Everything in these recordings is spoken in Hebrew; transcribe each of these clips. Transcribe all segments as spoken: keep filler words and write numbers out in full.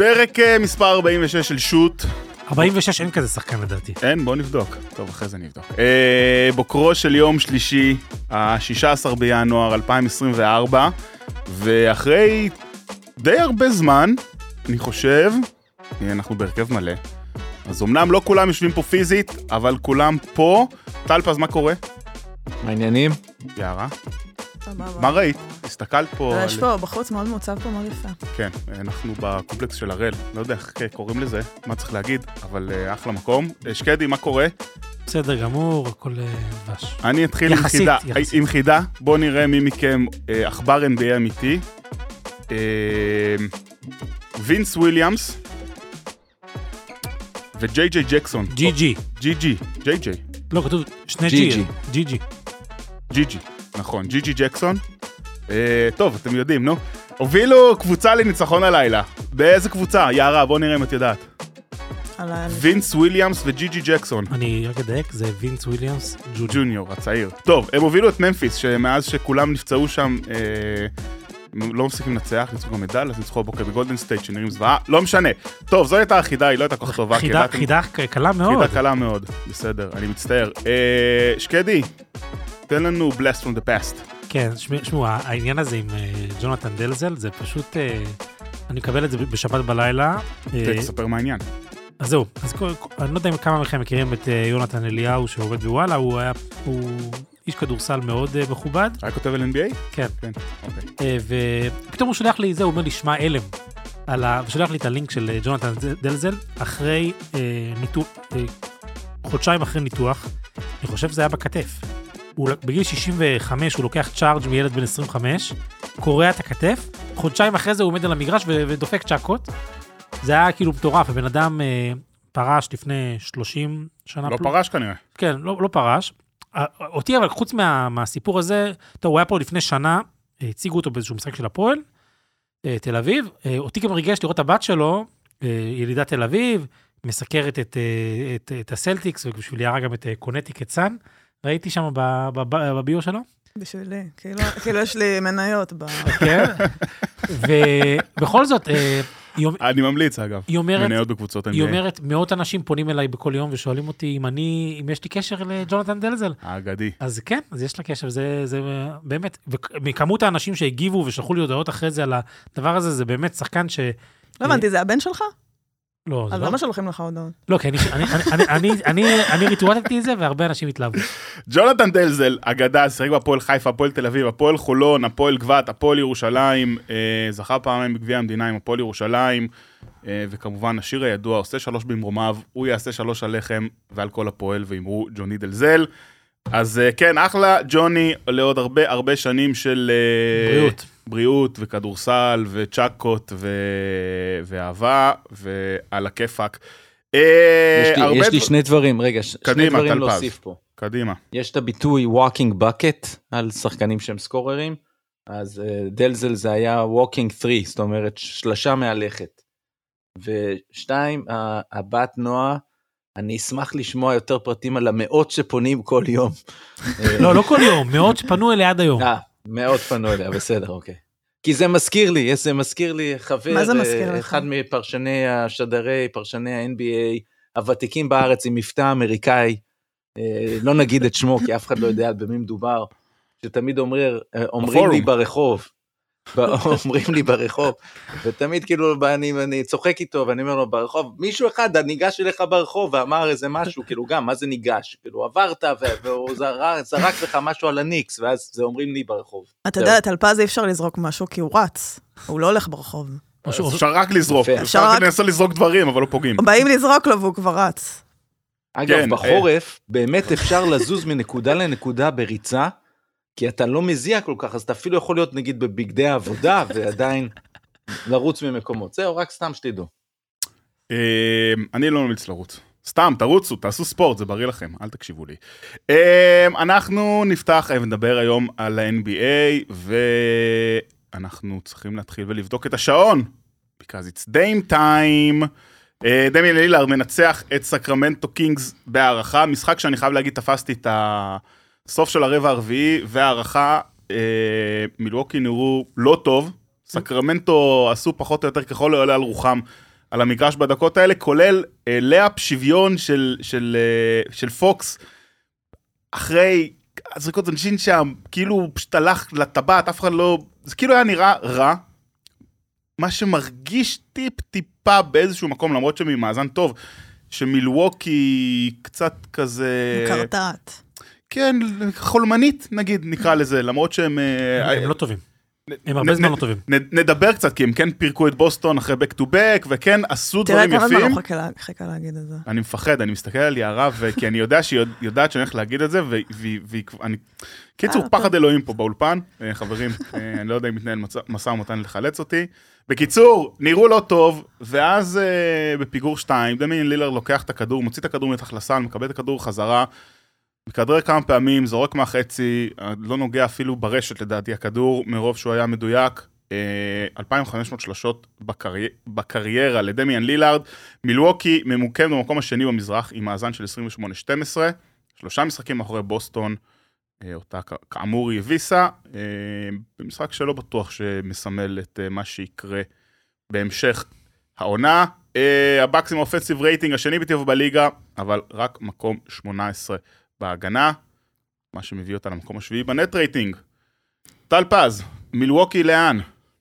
פרק מספר ארבעים ושש של שוט. ארבעים ושש אין כזה שחקן לדעתי. אין, בוא נבדוק. טוב, אחרי זה נבדוק. אה, בוקרו של יום שלישי, ה-שישה עשר בינואר אלפיים עשרים וארבע, ואחרי די הרבה זמן, אני חושב, אנחנו בהרכב מלא. אז אמנם לא כולם יושבים פה פיזית, אבל כולם פה. טלפז, מה קורה? מה העניינים? יערה. מה ראית? הסתכלת פה... יש פה, בחוץ מאוד מוצב פה מאוד יפה. כן, אנחנו בקומפלקס של הראל, לא יודע איך קוראים לזה, מה צריך להגיד, אבל אחלה מקום. שקדי, מה קורה? בסדר גמור, הכל דבש. אני אתחיל עם חידה, עם חידה, בואו נראה מי מכם אכבר אן בי איי אמיתי. וינס וויליאמס וג'יי ג'יי ג'קסון. ג'י ג'י. ג'י ג'י, ג'יי ג'יי. לא, כתוב שני ג'י. ג'י ג'י. ג'י ג'י, נכון, ג'י ג'י ג'קסון. טוב, אתם יודעים, נו. הובילו קבוצה לניצחון הלילה. באיזה קבוצה? יערה, בוא נראה אם את יודעת. וינס וויליאמס וג'י ג'י ג'קסון. אני רק אדייק, זה וינס וויליאמס ג'וניור, הצעיר. טוב, הם הובילו את ממפיס, שמאז שכולם נפצעו שם, לא מפסיקים לנצח, ניצחו גם מדל, אז ניצחו הבוקר בגולדן סטייט, שנראים זוועה, לא משנה. טוב, זו הייתה החידה, היא לא הייתה כל כך טובה. חידה קלה מאוד. חידה קלה מאוד, בסדר, אני מצטער. שקדי, תן לנו blast from the past. כן, שמו, העניין הזה עם ג'ונתן דלזל, זה פשוט, אני מקבל את זה בשבת בלילה. תספר מה העניין. אז זהו, אז אני לא יודע אם כמה מכם מכירים את יונתן אליהו שעובד בוואלה, הוא היה, הוא איש כדורסל מאוד מכובד. היה כותב על אן בי איי? כן. כן, אוקיי. ופתאום הוא שולח לי זה, הוא אומר לי, שמע אלם, ושולח לי את הלינק של ג'ונתן דלזל, אחרי ניתוח, חודשיים אחרי ניתוח, אני חושב שזה היה בכתף. הוא, בגיל שישים וחמש הוא לוקח צ'ארג' מילד בן עשרים וחמש, קורע את הכתף, חודשיים אחרי זה הוא עומד על המגרש ו- ודופק צ'קות. זה היה כאילו מטורף, הבן אדם אה, פרש לפני שלושים שנה. לא פלוס. פרש כנראה. כן, לא, לא פרש. אותי אבל חוץ מה, מהסיפור הזה, טוב, הוא היה פה לפני שנה, הציגו אותו באיזשהו משחק של הפועל, אה, תל אביב, אה, אותי גם ריגש לראות הבת שלו, אה, ילידת תל אביב, מסקרת את, אה, את, את הסלטיקס, ובשביל יערה גם את אה, קונטיקט סן, ראיתי שם בביו שלו. בשבילי, כאילו יש לי מניות. כן, ובכל זאת, אני ממליץ אגב, מניות בקבוצות אן בי איי. היא אומרת, מאות אנשים פונים אליי בכל יום ושואלים אותי אם אני, אם יש לי קשר לג'ונתן דלזל. האגדי. אז כן, אז יש לה קשר, זה באמת, ומכמות האנשים שהגיבו ושלחו לי הודעות אחרי זה על הדבר הזה, זה באמת שחקן ש... לא הבנתי, זה הבן שלך? לא, אז למה שולחים לך הודעות? לא, כי אני ריטואטתי את זה, והרבה אנשים התלהבו. ג'ונתן דלזל, אגדה, שיחק בהפועל חיפה, הפועל תל אביב, הפועל חולון, הפועל גבת, הפועל ירושלים, זכה פעמיים בגביע המדינה עם הפועל ירושלים, וכמובן השיר הידוע, עושה שלוש במרומיו, הוא יעשה שלוש עליכם ועל כל הפועל, ואמרו ג'וני דלזל. אז כן, אחלה, ג'וני, לעוד הרבה הרבה שנים של... בריאות. בריאות וכדורסל וצ'קות ו... ואהבה ועל הכיפק. יש לי, יש לי שני דברים, רגע, ש... קדימה, שני דברים תלפז. להוסיף פה. קדימה. יש את הביטוי walking bucket על שחקנים שהם סקוררים, אז uh, דלזל זה היה walking three, זאת אומרת שלושה מהלכת. ושתיים, הבת נועה, אני אשמח לשמוע יותר פרטים על המאות שפונים כל יום. לא, לא כל יום, מאות שפנו אליה עד היום. אה, מאות פנו אליה, בסדר, אוקיי. כי זה מזכיר לי, זה מזכיר לי חבר, מה זה מזכיר לך? אחד מפרשני השדרי, פרשני ה-אן בי איי, הוותיקים בארץ עם מבטא אמריקאי, לא נגיד את שמו, כי אף אחד לא יודע במי מדובר, שתמיד אומר, אומרים לי ברחוב, אומרים לי ברחוב, ותמיד כאילו אני, אני צוחק איתו, ואני אומר לו ברחוב, מישהו אחד ניגש אליך ברחוב, ואמר איזה משהו, כאילו גם, מה זה ניגש? כאילו עברת, והוא זרק, זרק לך משהו על הניקס, ואז זה אומרים לי ברחוב. אתה יודע, תלפז אי אפשר לזרוק משהו, כי הוא רץ, הוא לא הולך ברחוב. אפשר רק לזרוק, אפשר לנסות לזרוק דברים, אבל לא פוגעים. באים לזרוק לו, והוא כבר רץ. אגב, בחורף, באמת אפשר לזוז מנקודה לנקודה בריצה, כי אתה לא מזיע כל כך, אז אתה אפילו יכול להיות נגיד בבגדי העבודה, ועדיין לרוץ ממקומות. זהו, רק סתם שתדעו. אני לא ממליץ לרוץ. סתם, תרוצו, תעשו ספורט, זה בריא לכם, אל תקשיבו לי. אנחנו נפתח ונדבר היום על ה-אן בי איי, ואנחנו צריכים להתחיל ולבדוק את השעון, because it's Dame time. דמיאן לילארד מנצח את סקרמנטו קינגס בהערכה, משחק שאני חייב להגיד, תפסתי את הסוף של הרבע הרביעי, והערכה, מילווקי נראו לא טוב, סקרמנטו עשו פחות או יותר ככל העולה על רוחם, על המגרש בדקות האלה, כולל לאפ שוויון של, של, של פוקס, אחרי הזריקות אנשים שם, כאילו פשוט הלך לטבעת, אף אחד לא, זה כאילו היה נראה רע, מה שמרגיש טיפ טיפה באיזשהו מקום, למרות שממאזן טוב, שמילווקי קצת כזה... מקרטעת. כן, חולמנית נגיד, נקרא לזה, למרות שהם... הם לא טובים. הם הרבה זמן לא טובים. נדבר קצת, כי הם כן פירקו את בוסטון אחרי back to back, וכן עשו דברים יפים. תראה כמה זמן הוא חכה להגיד את זה. אני מפחד, אני מסתכל על יערה, כי אני יודע שהיא יודעת שאני הולך להגיד את זה, ואני... קיצור, פחד אלוהים פה באולפן, חברים, אני לא יודע אם מתנהל מסע ומתן לחלץ אותי. בקיצור, נראו לא טוב, ואז בפיגור שתיים, דמיין לילר לוקח את הכדור, מוציא את הכדור מתחת לסל, מקבל את הכדור חזרה, מכדרר כמה פעמים, זורק מהחצי, לא נוגע אפילו ברשת לדעתי הכדור, מרוב שהוא היה מדויק, אלפיים וחמש מאות שלשות בקרי... בקריירה לדמיאן לילארד, מילווקי ממוקם במקום השני במזרח, עם מאזן של עשרים ושמונה שתים עשרה, שלושה משחקים אחרי בוסטון, אותה כאמור היא הביסה, במשחק שלא בטוח שמסמל את מה שיקרה בהמשך העונה, הבקס עם האופנסיב רייטינג השני בטבע בליגה, אבל רק מקום שמונה עשרה בהגנה, מה שמביא אותה למקום השביעי בנט רייטינג. טל פז, מילווקי לאן?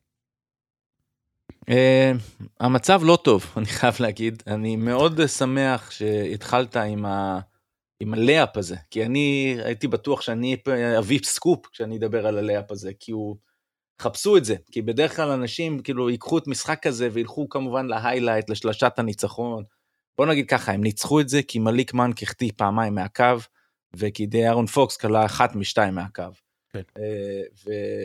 המצב לא טוב, אני חייב להגיד. אני מאוד שמח שהתחלת עם ה... עם הלאפ הזה, כי אני הייתי בטוח שאני אביא סקופ כשאני אדבר על הלאפ הזה, כי הוא... חפשו את זה, כי בדרך כלל אנשים כאילו ייקחו את משחק הזה, וילכו כמובן להיילייט, לשלשת הניצחון. בוא נגיד ככה, הם ניצחו את זה, כי מליק מן כחתי פעמיים מהקו, וכי דיארון פוקס קלה אחת משתיים מהקו. כן. ו...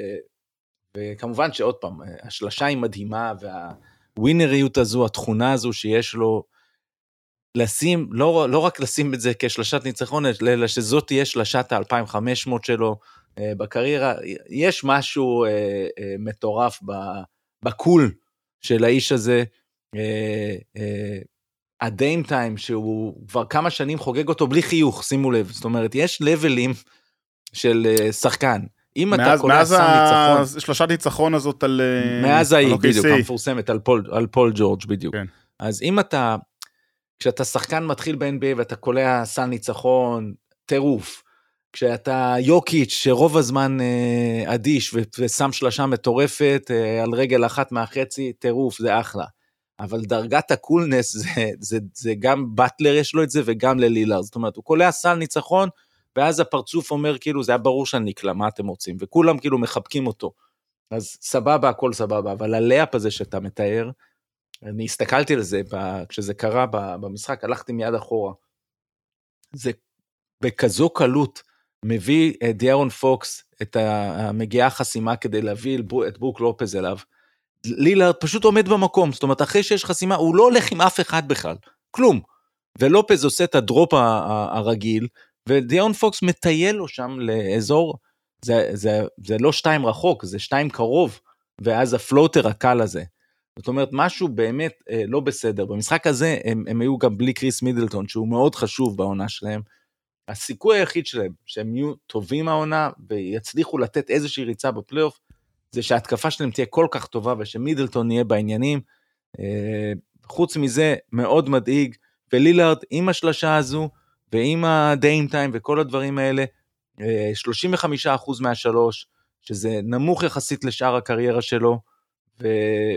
וכמובן שעוד פעם, השלשה היא מדהימה, והווינריות הזו, התכונה הזו שיש לו, לשים, לא, לא רק לשים את זה כשלשת ניצחון, אלא שזאת תהיה שלשת ה-אלפיים וחמש מאות שלו בקריירה, יש משהו אה, אה, מטורף בקול של האיש הזה, אה, אה, הדיים טיים, שהוא כבר כמה שנים חוגג אותו בלי חיוך, שימו לב, זאת אומרת, יש לבלים של אה, שחקן, אם מאז, אתה קולע סם ניצחון, מאז שלושת ניצחון הזאת על... מאז ההיא, בדיוק, המפורסמת, על פול, על פול ג'ורג' בדיוק. כן. אז אם אתה, כשאתה שחקן מתחיל ב-אן בי איי ואתה קולע סל ניצחון, טירוף, כשאתה יוקיץ' שרוב הזמן אה, אדיש ו- ושם שלשה מטורפת אה, על רגל אחת מהחצי, טירוף, זה אחלה. אבל דרגת הקולנס, זה, זה, זה גם בטלר יש לו את זה וגם ללילר. זאת אומרת, הוא קולע סל ניצחון, ואז הפרצוף אומר כאילו, זה היה ברור שאני נקלע, מה אתם רוצים? וכולם כאילו מחבקים אותו. אז סבבה, הכל סבבה. אבל הלאפ הזה שאתה מתאר, אני הסתכלתי על זה, כשזה קרה במשחק, הלכתי מיד אחורה. זה בכזו קלות, מביא את דיארון פוקס, את המגיעה חסימה כדי להביא את ברוק לופז אליו, לילארד פשוט עומד במקום, זאת אומרת, אחרי שיש חסימה, הוא לא הולך עם אף אחד בכלל, כלום, ולופז עושה את הדרופ הרגיל, ודיארון פוקס מטייל לו שם לאזור, זה, זה, זה לא שתיים רחוק, זה שתיים קרוב, ואז הפלוטר הקל הזה, זאת אומרת, משהו באמת לא בסדר, במשחק הזה הם, הם היו גם בלי קריס מידלטון, שהוא מאוד חשוב בעונה שלהם, הסיכוי היחיד שלהם, שהם יהיו טובים העונה, ויצליחו לתת איזושהי ריצה בפלייאוף, זה שההתקפה שלהם תהיה כל כך טובה, ושמידלטון יהיה בעניינים, חוץ מזה, מאוד מדאיג, ולילארד עם השלשה הזו, ועם הדיים טיים, וכל הדברים האלה, שלושים וחמישה אחוז מהשלוש, שזה נמוך יחסית לשאר הקריירה שלו, ו...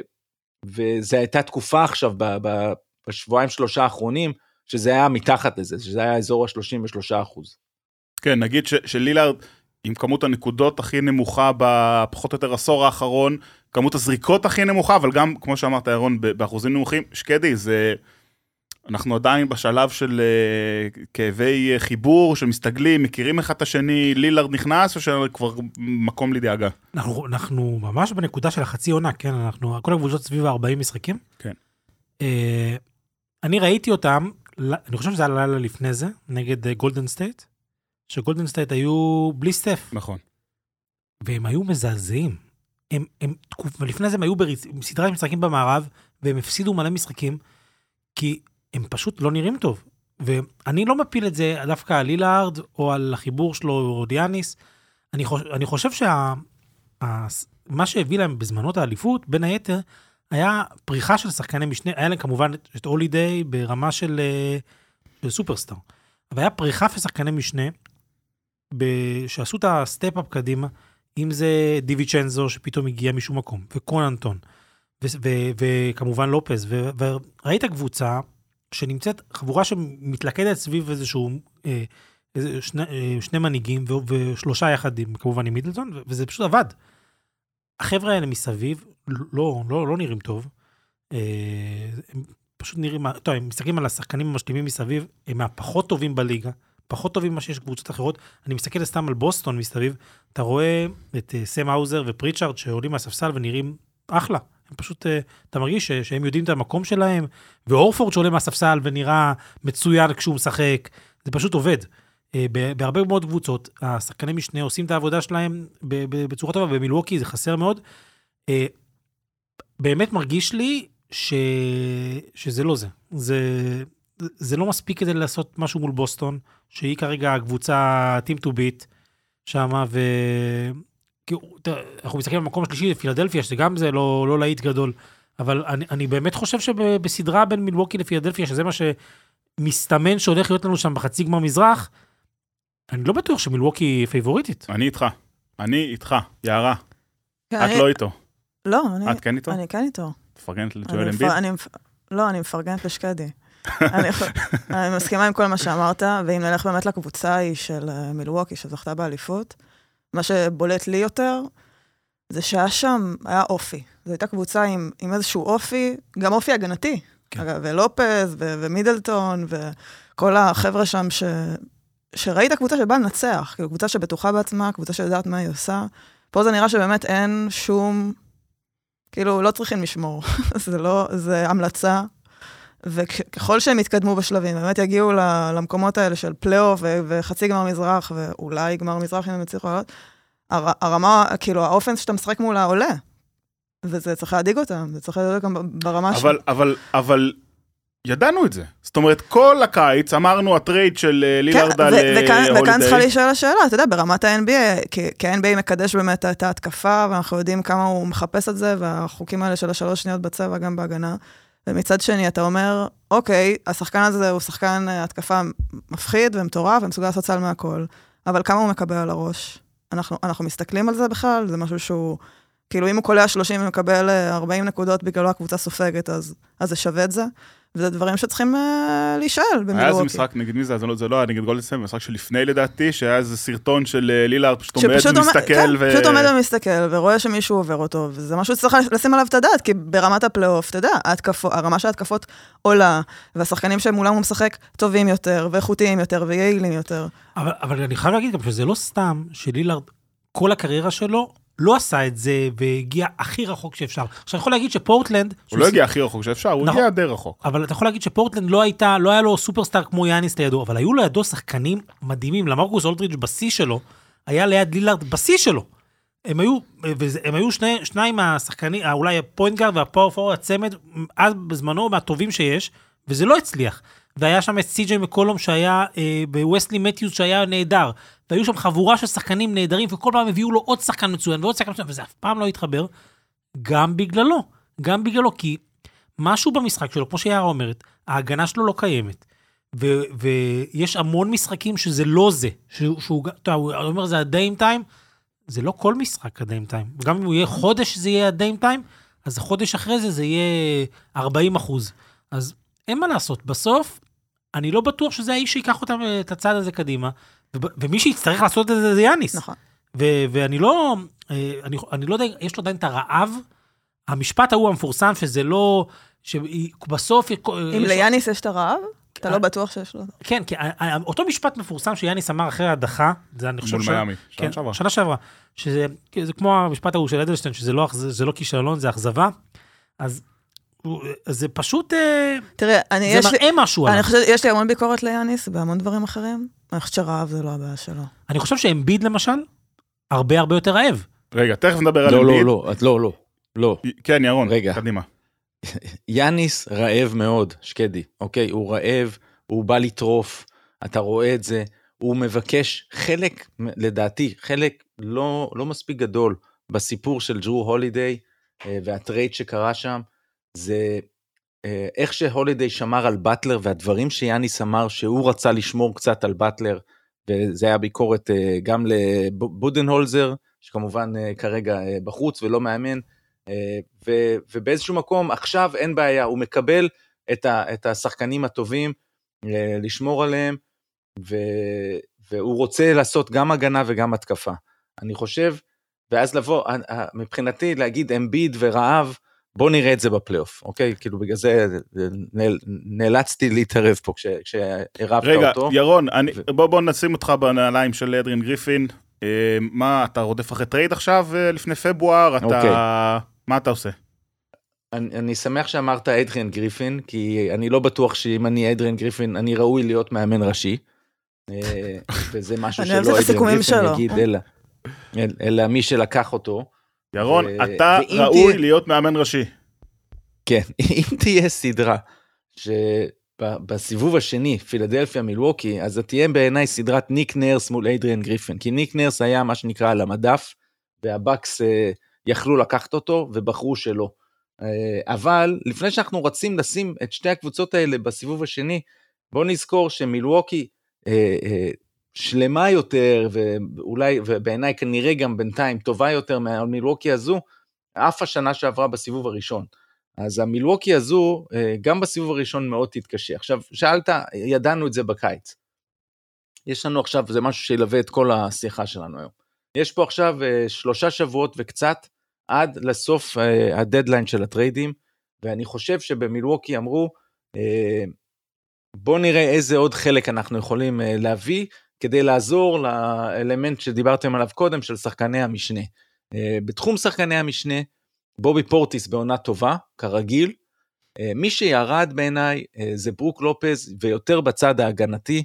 וזה הייתה תקופה עכשיו, בשבועיים שלושה האחרונים, שזה היה מתחת לזה, שזה היה אזור ה-שלושים ושלושה אחוז. כן, נגיד ש- שלילארד, עם כמות הנקודות הכי נמוכה, בפחות או יותר עשור האחרון, כמות הזריקות הכי נמוכה, אבל גם, כמו שאמרת, אירון, באחוזים נמוכים, שקדי, זה... אנחנו עדיין בשלב של uh, כאבי uh, חיבור, שמסתגלים, מכירים אחד את השני, לילארד נכנס, או שכבר מקום לי דאגה? אנחנו, אנחנו ממש בנקודה של החצי עונה, כן, אנחנו, כל הקבוצות סביב ה-ארבעים משחקים. כן. Uh, אני ראיתי אותם, אני חושב שזה היה לילה לפני זה, נגד גולדן סטייט, שגולדן סטייט היו בלי סטף. נכון. והם היו מזעזעים. הם, הם, ולפני זה הם היו בסדרת משחקים במערב, והם הפסידו מלא משחקים, כי הם פשוט לא נראים טוב. ואני לא מפיל את זה דווקא על לילארד, או על החיבור שלו, או דיאניס. אני חושב, אני חושב שה, ה, מה שהביא להם בזמנות האליפות, בין היתר, היה פריחה של שחקני משנה, היה להם כמובן את הולידיי ברמה של, של סופרסטאר, אבל היה פריחה של שחקני משנה, שעשו את הסטפ-אפ קדימה, אם זה דיוויצ'נזו שפתאום הגיע משום מקום, וקון אנטון, וכמובן לופז, וראית קבוצה שנמצאת, חבורה שמתלכדת סביב איזשהו, שני, שני מנהיגים, ושלושה יחדים, כמובן עם מידלטון, וזה פשוט עבד. החבר'ה האלה מסביב, לא, לא, לא נראים טוב, הם פשוט נראים, טוב, הם מסתכלים על השחקנים המשלימים מסביב, הם מהפחות טובים בליגה, פחות טובים מה שיש קבוצות אחרות, אני מסתכל סתם על בוסטון מסביב, אתה רואה את סם האוזר ופריצ'ארד שעולים מהספסל ונראים אחלה, הם פשוט, אתה מרגיש שהם יודעים את המקום שלהם, ואורפורד שעולה מהספסל ונראה מצוין כשהוא משחק, זה פשוט עובד. בהרבה מאוד קבוצות, השחקני משנה עושים את העבודה שלהם בצורה טובה, במילווקי זה חסר מאוד. באמת מרגיש לי ש... שזה לא זה. זה... זה לא מספיק כדי לעשות משהו מול בוסטון, שהיא כרגע הקבוצה טים טו ביט שמה, ו... אנחנו מסתכלים במקום השלישי, פילדלפיה, שזה גם זה לא, לא להיט גדול, אבל אני, אני באמת חושב שבסדרה בין מילווקי לפילדלפיה, שזה מה שמסתמן שהולך להיות לנו שם בחצי גמר מזרח, אני לא בטוח שמילווקי פייבוריטית. אני איתך, אני איתך, יערה. את אני... לא איתו. לא, אני... את כן איתו? אני כן איתו. תפרגנת לג'ואל אמביד? אני... לא, אני מפרגנת לשקדי. אני, אני מסכימה עם כל מה שאמרת, ואם נלך באמת לקבוצה היא של מילווקי, שזכתה באליפות, מה שבולט לי יותר, זה שהיה שם, היה אופי. זו הייתה קבוצה עם, עם איזשהו אופי, גם אופי הגנתי. כן. אגב, ולופז, ו- ומידלטון, וכל החבר'ה שם ש... שראית קבוצה שבאה לנצח, כאילו קבוצה שבטוחה בעצמה, קבוצה שיודעת מה היא עושה. פה זה נראה שבאמת אין שום, כאילו לא צריכים לשמור. זה לא, זה המלצה. וככל שהם יתקדמו בשלבים, באמת יגיעו למקומות האלה של פלייאוף וחצי גמר מזרח, ואולי גמר מזרח אם הם יצליחו לעלות, הרמה, כאילו האופנס שאתה משחק מולה עולה. וזה צריך להדיג אותם, זה צריך להדיג אותם ברמה אבל, של... אבל, אבל ידענו את זה. זאת אומרת, כל הקיץ אמרנו הטרייד של לילארד על הולידיי. וכאן צריכה להישאל השאלה, אתה יודע, ברמת ה-אן בי איי, כי ה-אן בי איי מקדש באמת את ההתקפה, ואנחנו יודעים כמה הוא מחפש את זה, והחוקים האלה של השלוש שניות בצבע גם בהגנה. ומצד שני, אתה אומר, אוקיי, השחקן הזה הוא שחקן התקפה מפחיד ומטורף, ומסוגל לעשות סל מהכל, אבל כמה הוא מקבל על הראש? אנחנו, אנחנו מסתכלים על זה בכלל, זה משהו שהוא, כאילו אם הוא קולע שלושים ומקבל ארבעים נקודות בגללו הקבוצה סופגת, אז, אז זה שווה את זה. וזה דברים שצריכים uh, להישאל במילווקי. היה איזה משחק, נגד מי זה? זה לא, זה לא היה נגד גולדן סטייט, משחק שלפני לדעתי, שהיה איזה סרטון של לילארד, פשוט עומד ומסתכל. כן, ו... פשוט עומד ומסתכל, ורואה שמישהו עובר אותו, וזה משהו שצריך לשים עליו את הדעת, כי ברמת הפלייאוף, אתה יודע, ההתקפות, הרמה של ההתקפות עולה, והשחקנים שמולם הוא משחק טובים יותר, ואיכותיים יותר, ויעילים יותר. אבל, אבל אני חייב להגיד גם שזה לא סתם שלילארד, כל הקריירה שלו, לא עשה את זה, והגיע הכי רחוק שאפשר. עכשיו, אני יכול להגיד שפורטלנד... הוא לא הגיע הכי רחוק שאפשר, הוא הגיע די רחוק. אבל אתה יכול להגיד שפורטלנד לא הייתה, לא היה לו סופרסטאר כמו יאניס לידו, אבל היו לידו שחקנים מדהימים, למרקוס אולדריץ' בשיא שלו, היה ליד לילארד בשיא שלו. הם היו, הם היו שני, שניים מהשחקנים, אולי הפוינט גארד והפאור פור הצמד, אז בזמנו מהטובים שיש, וזה לא הצליח. והיה שם את סי.ג'יי מקולום שהיה, אה, בווסלי מתיוס שהיה נהדר, והיו שם חבורה של שחקנים נהדרים, וכל פעם הביאו לו עוד שחקן מצוין, ועוד שחקן מצוין, וזה אף פעם לא התחבר, גם בגללו, גם בגללו, כי משהו במשחק שלו, כמו שיערה אומרת, ההגנה שלו לא קיימת, ו- ויש המון משחקים שזה לא זה, שהוא, שהוא, טוב, הוא אומר, זה הדיים טיים, זה לא כל משחק הדיים טיים, וגם אם הוא יהיה חודש זה יהיה הדיים טיים, אז חודש אחרי זה זה יהיה ארבעים אחוז, אז אין מה לעשות, בסוף, אני לא בטוח שזה האיש שיקח אותם את הצעד הזה קדימה, ומי שיצטרך לעשות את זה זה יאניס. נכון. ואני לא, אני, אני לא יודע, יש לו עדיין את הרעב, המשפט ההוא המפורסם שזה לא, שבסוף... אם ליאניס יש את הרעב, אתה לא בטוח שיש לו. כן, כי אותו משפט מפורסם שיאניס אמר אחרי ההדחה, זה אני חושב... מול מיאמי, שנה שעברה. שנה שעברה, שזה כמו המשפט ההוא של אדלשטיין, שזה לא כישלון, זה אכזבה, אז... זה פשוט, תראה, אני, זה מראה משהו עליו. אני חושבת, יש לי המון ביקורת ליאניס, בהמון דברים אחרים, אני חושבת שרעב זה לא הבעיה שלו. אני חושב שאמביד למשל, הרבה הרבה יותר רעב. רגע, תכף נדבר על לא, אמביד. לא, לא, לא, לא, לא. כן, ירון, רגע. קדימה. יאניס רעב מאוד, שקדי, אוקיי? הוא רעב, הוא בא לטרוף, אתה רואה את זה, הוא מבקש חלק, לדעתי, חלק לא, לא מספיק גדול, בסיפור של ג'רו הולידיי, והטרייד שקרה שם, זה איך שהולידיי שמר על באטלר, והדברים שיאניס אמר שהוא רצה לשמור קצת על באטלר, וזה היה ביקורת גם לבודנהולזר, שכמובן כרגע בחוץ ולא מאמן, ובאיזשהו מקום עכשיו אין בעיה, הוא מקבל את השחקנים הטובים, לשמור עליהם, והוא רוצה לעשות גם הגנה וגם התקפה. אני חושב, ואז לבוא, מבחינתי להגיד אמביד ורעב, בוא נראה את זה בפלייאוף, אוקיי? כאילו בגלל זה נאלצתי להתערב פה כשהרבת אותו. רגע, ירון, בוא נשים אותך בנעליים של אדריאן גריפין. מה, אתה רודף אחרי טרייד עכשיו לפני פברואר? מה אתה עושה? אני שמח שאמרת אדריאן גריפין, כי אני לא בטוח שאם אני אדריאן גריפין, אני ראוי להיות מאמן ראשי. וזה משהו שלא אדריאן גריפין יגיד, אלא מי שלקח אותו. ירון, אתה ראוי להיות מאמן ראשי. כן, אם תהיה סדרה שבסיבוב השני, פילדלפיה מילווקי, אז תהיה בעיניי סדרת ניק נרס מול אדריאן גריפין, כי ניק נרס היה מה שנקרא על המדף, והבקס יכלו לקחת אותו ובחרו שלא. אבל לפני שאנחנו רצים לשים את שתי הקבוצות האלה בסיבוב השני, בואו נזכור שמילווקי שלמה יותר, ואולי, ובעיניי כנראה גם בינתיים טובה יותר מהמילווקי הזו, אף השנה שעברה בסיבוב הראשון. אז המילווקי הזו, גם בסיבוב הראשון מאוד תתקשה. עכשיו, שאלת, ידענו את זה בקיץ. יש לנו עכשיו, זה משהו שילווה את כל השיחה שלנו היום. יש פה עכשיו שלושה שבועות וקצת, עד לסוף הדדליין של הטריידים, ואני חושב שבמילווקי אמרו, בוא נראה איזה עוד חלק אנחנו יכולים להביא, כדי לעזור לאלמנט שדיברתם עליו קודם, של שחקני המשנה. בתחום שחקני המשנה, בובי פורטיס בעונה טובה, כרגיל, מי שירד בעיניי זה ברוק לופז, ויותר בצד ההגנתי,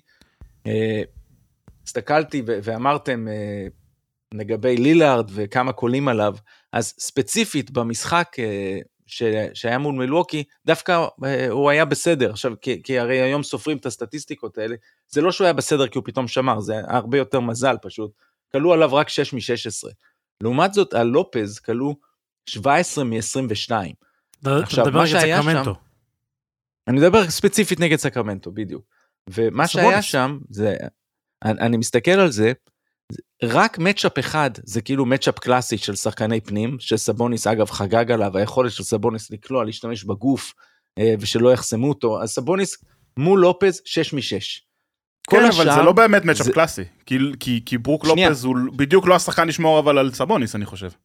הסתכלתי ואמרתם לגבי לילארד וכמה קולים עליו, אז ספציפית במשחק שהיה מול מילווקי, דווקא הוא היה בסדר, עכשיו, כי, כי הרי היום סופרים את הסטטיסטיקות האלה, זה לא שהוא היה בסדר כי הוא פתאום שמר, זה הרבה יותר מזל פשוט, קלו עליו רק שש משש עשרה, לעומת זאת, על לופז קלו שבע עשרה מ-עשרים ושתיים. עכשיו, מה שהיה שם, אני מדבר ספציפית נגד סקרמנטו, בדיוק, ומה שהיה שם, זה, אני, אני מסתכל על זה, רק מצ'אפ אחד, זה כאילו מצ'אפ קלאסי של שחקני פנים, שסבוניס אגב חגג עליו, היכולת של סבוניס לקלוע, להשתמש בגוף, ושלא יחסמו אותו, אז סבוניס מול לופז שש משש. כן, אבל השאר, זה לא באמת מצ'אפ זה... קלאסי, כי, כי, כי ברוק שנייה. לופז הוא בדיוק לא השחקן לשמור אבל על סבוניס, אני חושב.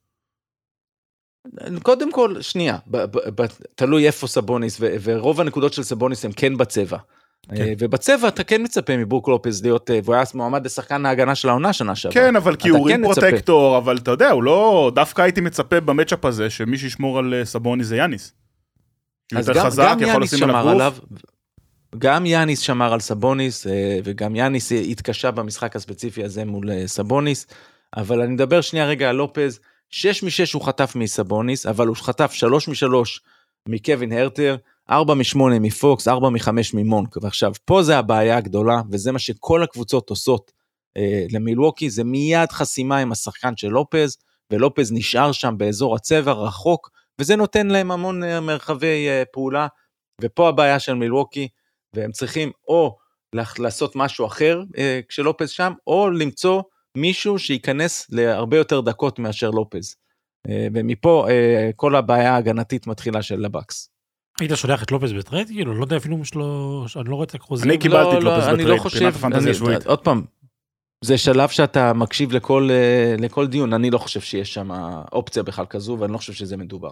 קודם כל, שנייה, ב- ב- ב- תלוי איפה סבוניס, ו- ורוב הנקודות של סבוניס הם כן בצבע. כן. ובצבע אתה כן מצפה מברוק לופז להיות, והוא היה מועמד לשחקן ההגנה של העונה שנה שעברה. כן, אבל כי הוא רים פרוטקטור, אבל אתה יודע, הוא לא, דווקא הייתי מצפה במצ'אפ הזה, שמי שישמור על סבוניס זה יאניס. אז גם, חזק, גם יאניס שמר עליו, גם יאניס שמר על סבוניס, וגם יאניס התקשה במשחק הספציפי הזה מול סבוניס, אבל אני מדבר שנייה רגע על לופז, שש משש הוא חטף מסבוניס, אבל הוא חטף שלוש משלוש מקווין הרטר, ארבע משמונה מפוקס, ארבע מחמש ממונק, ועכשיו פה זה הבעיה הגדולה, וזה מה שכל הקבוצות עושות אה, למילווקי, זה מיד חסימה עם השחקן של לופז, ולופז נשאר שם באזור הצבע רחוק, וזה נותן להם המון אה, מרחבי אה, פעולה, ופה הבעיה של מילווקי, והם צריכים או לעשות משהו אחר אה, כשלופז שם, או למצוא מישהו שייכנס להרבה יותר דקות מאשר לופז, אה, ומפה אה, כל הבעיה ההגנתית מתחילה של לבקס. היית שולח את לופז בטרייד? כאילו, לא יודע אפילו אם יש לו, אני לא רואה את הקרוזים. אני קיבלתי את לופז בטרייד, פינת הפנטזיה השבועית. עוד פעם, זה שלב שאתה מקשיב לכל דיון, אני לא חושב שיש שם אופציה בכלל כזו, ואני לא חושב שזה מדובר.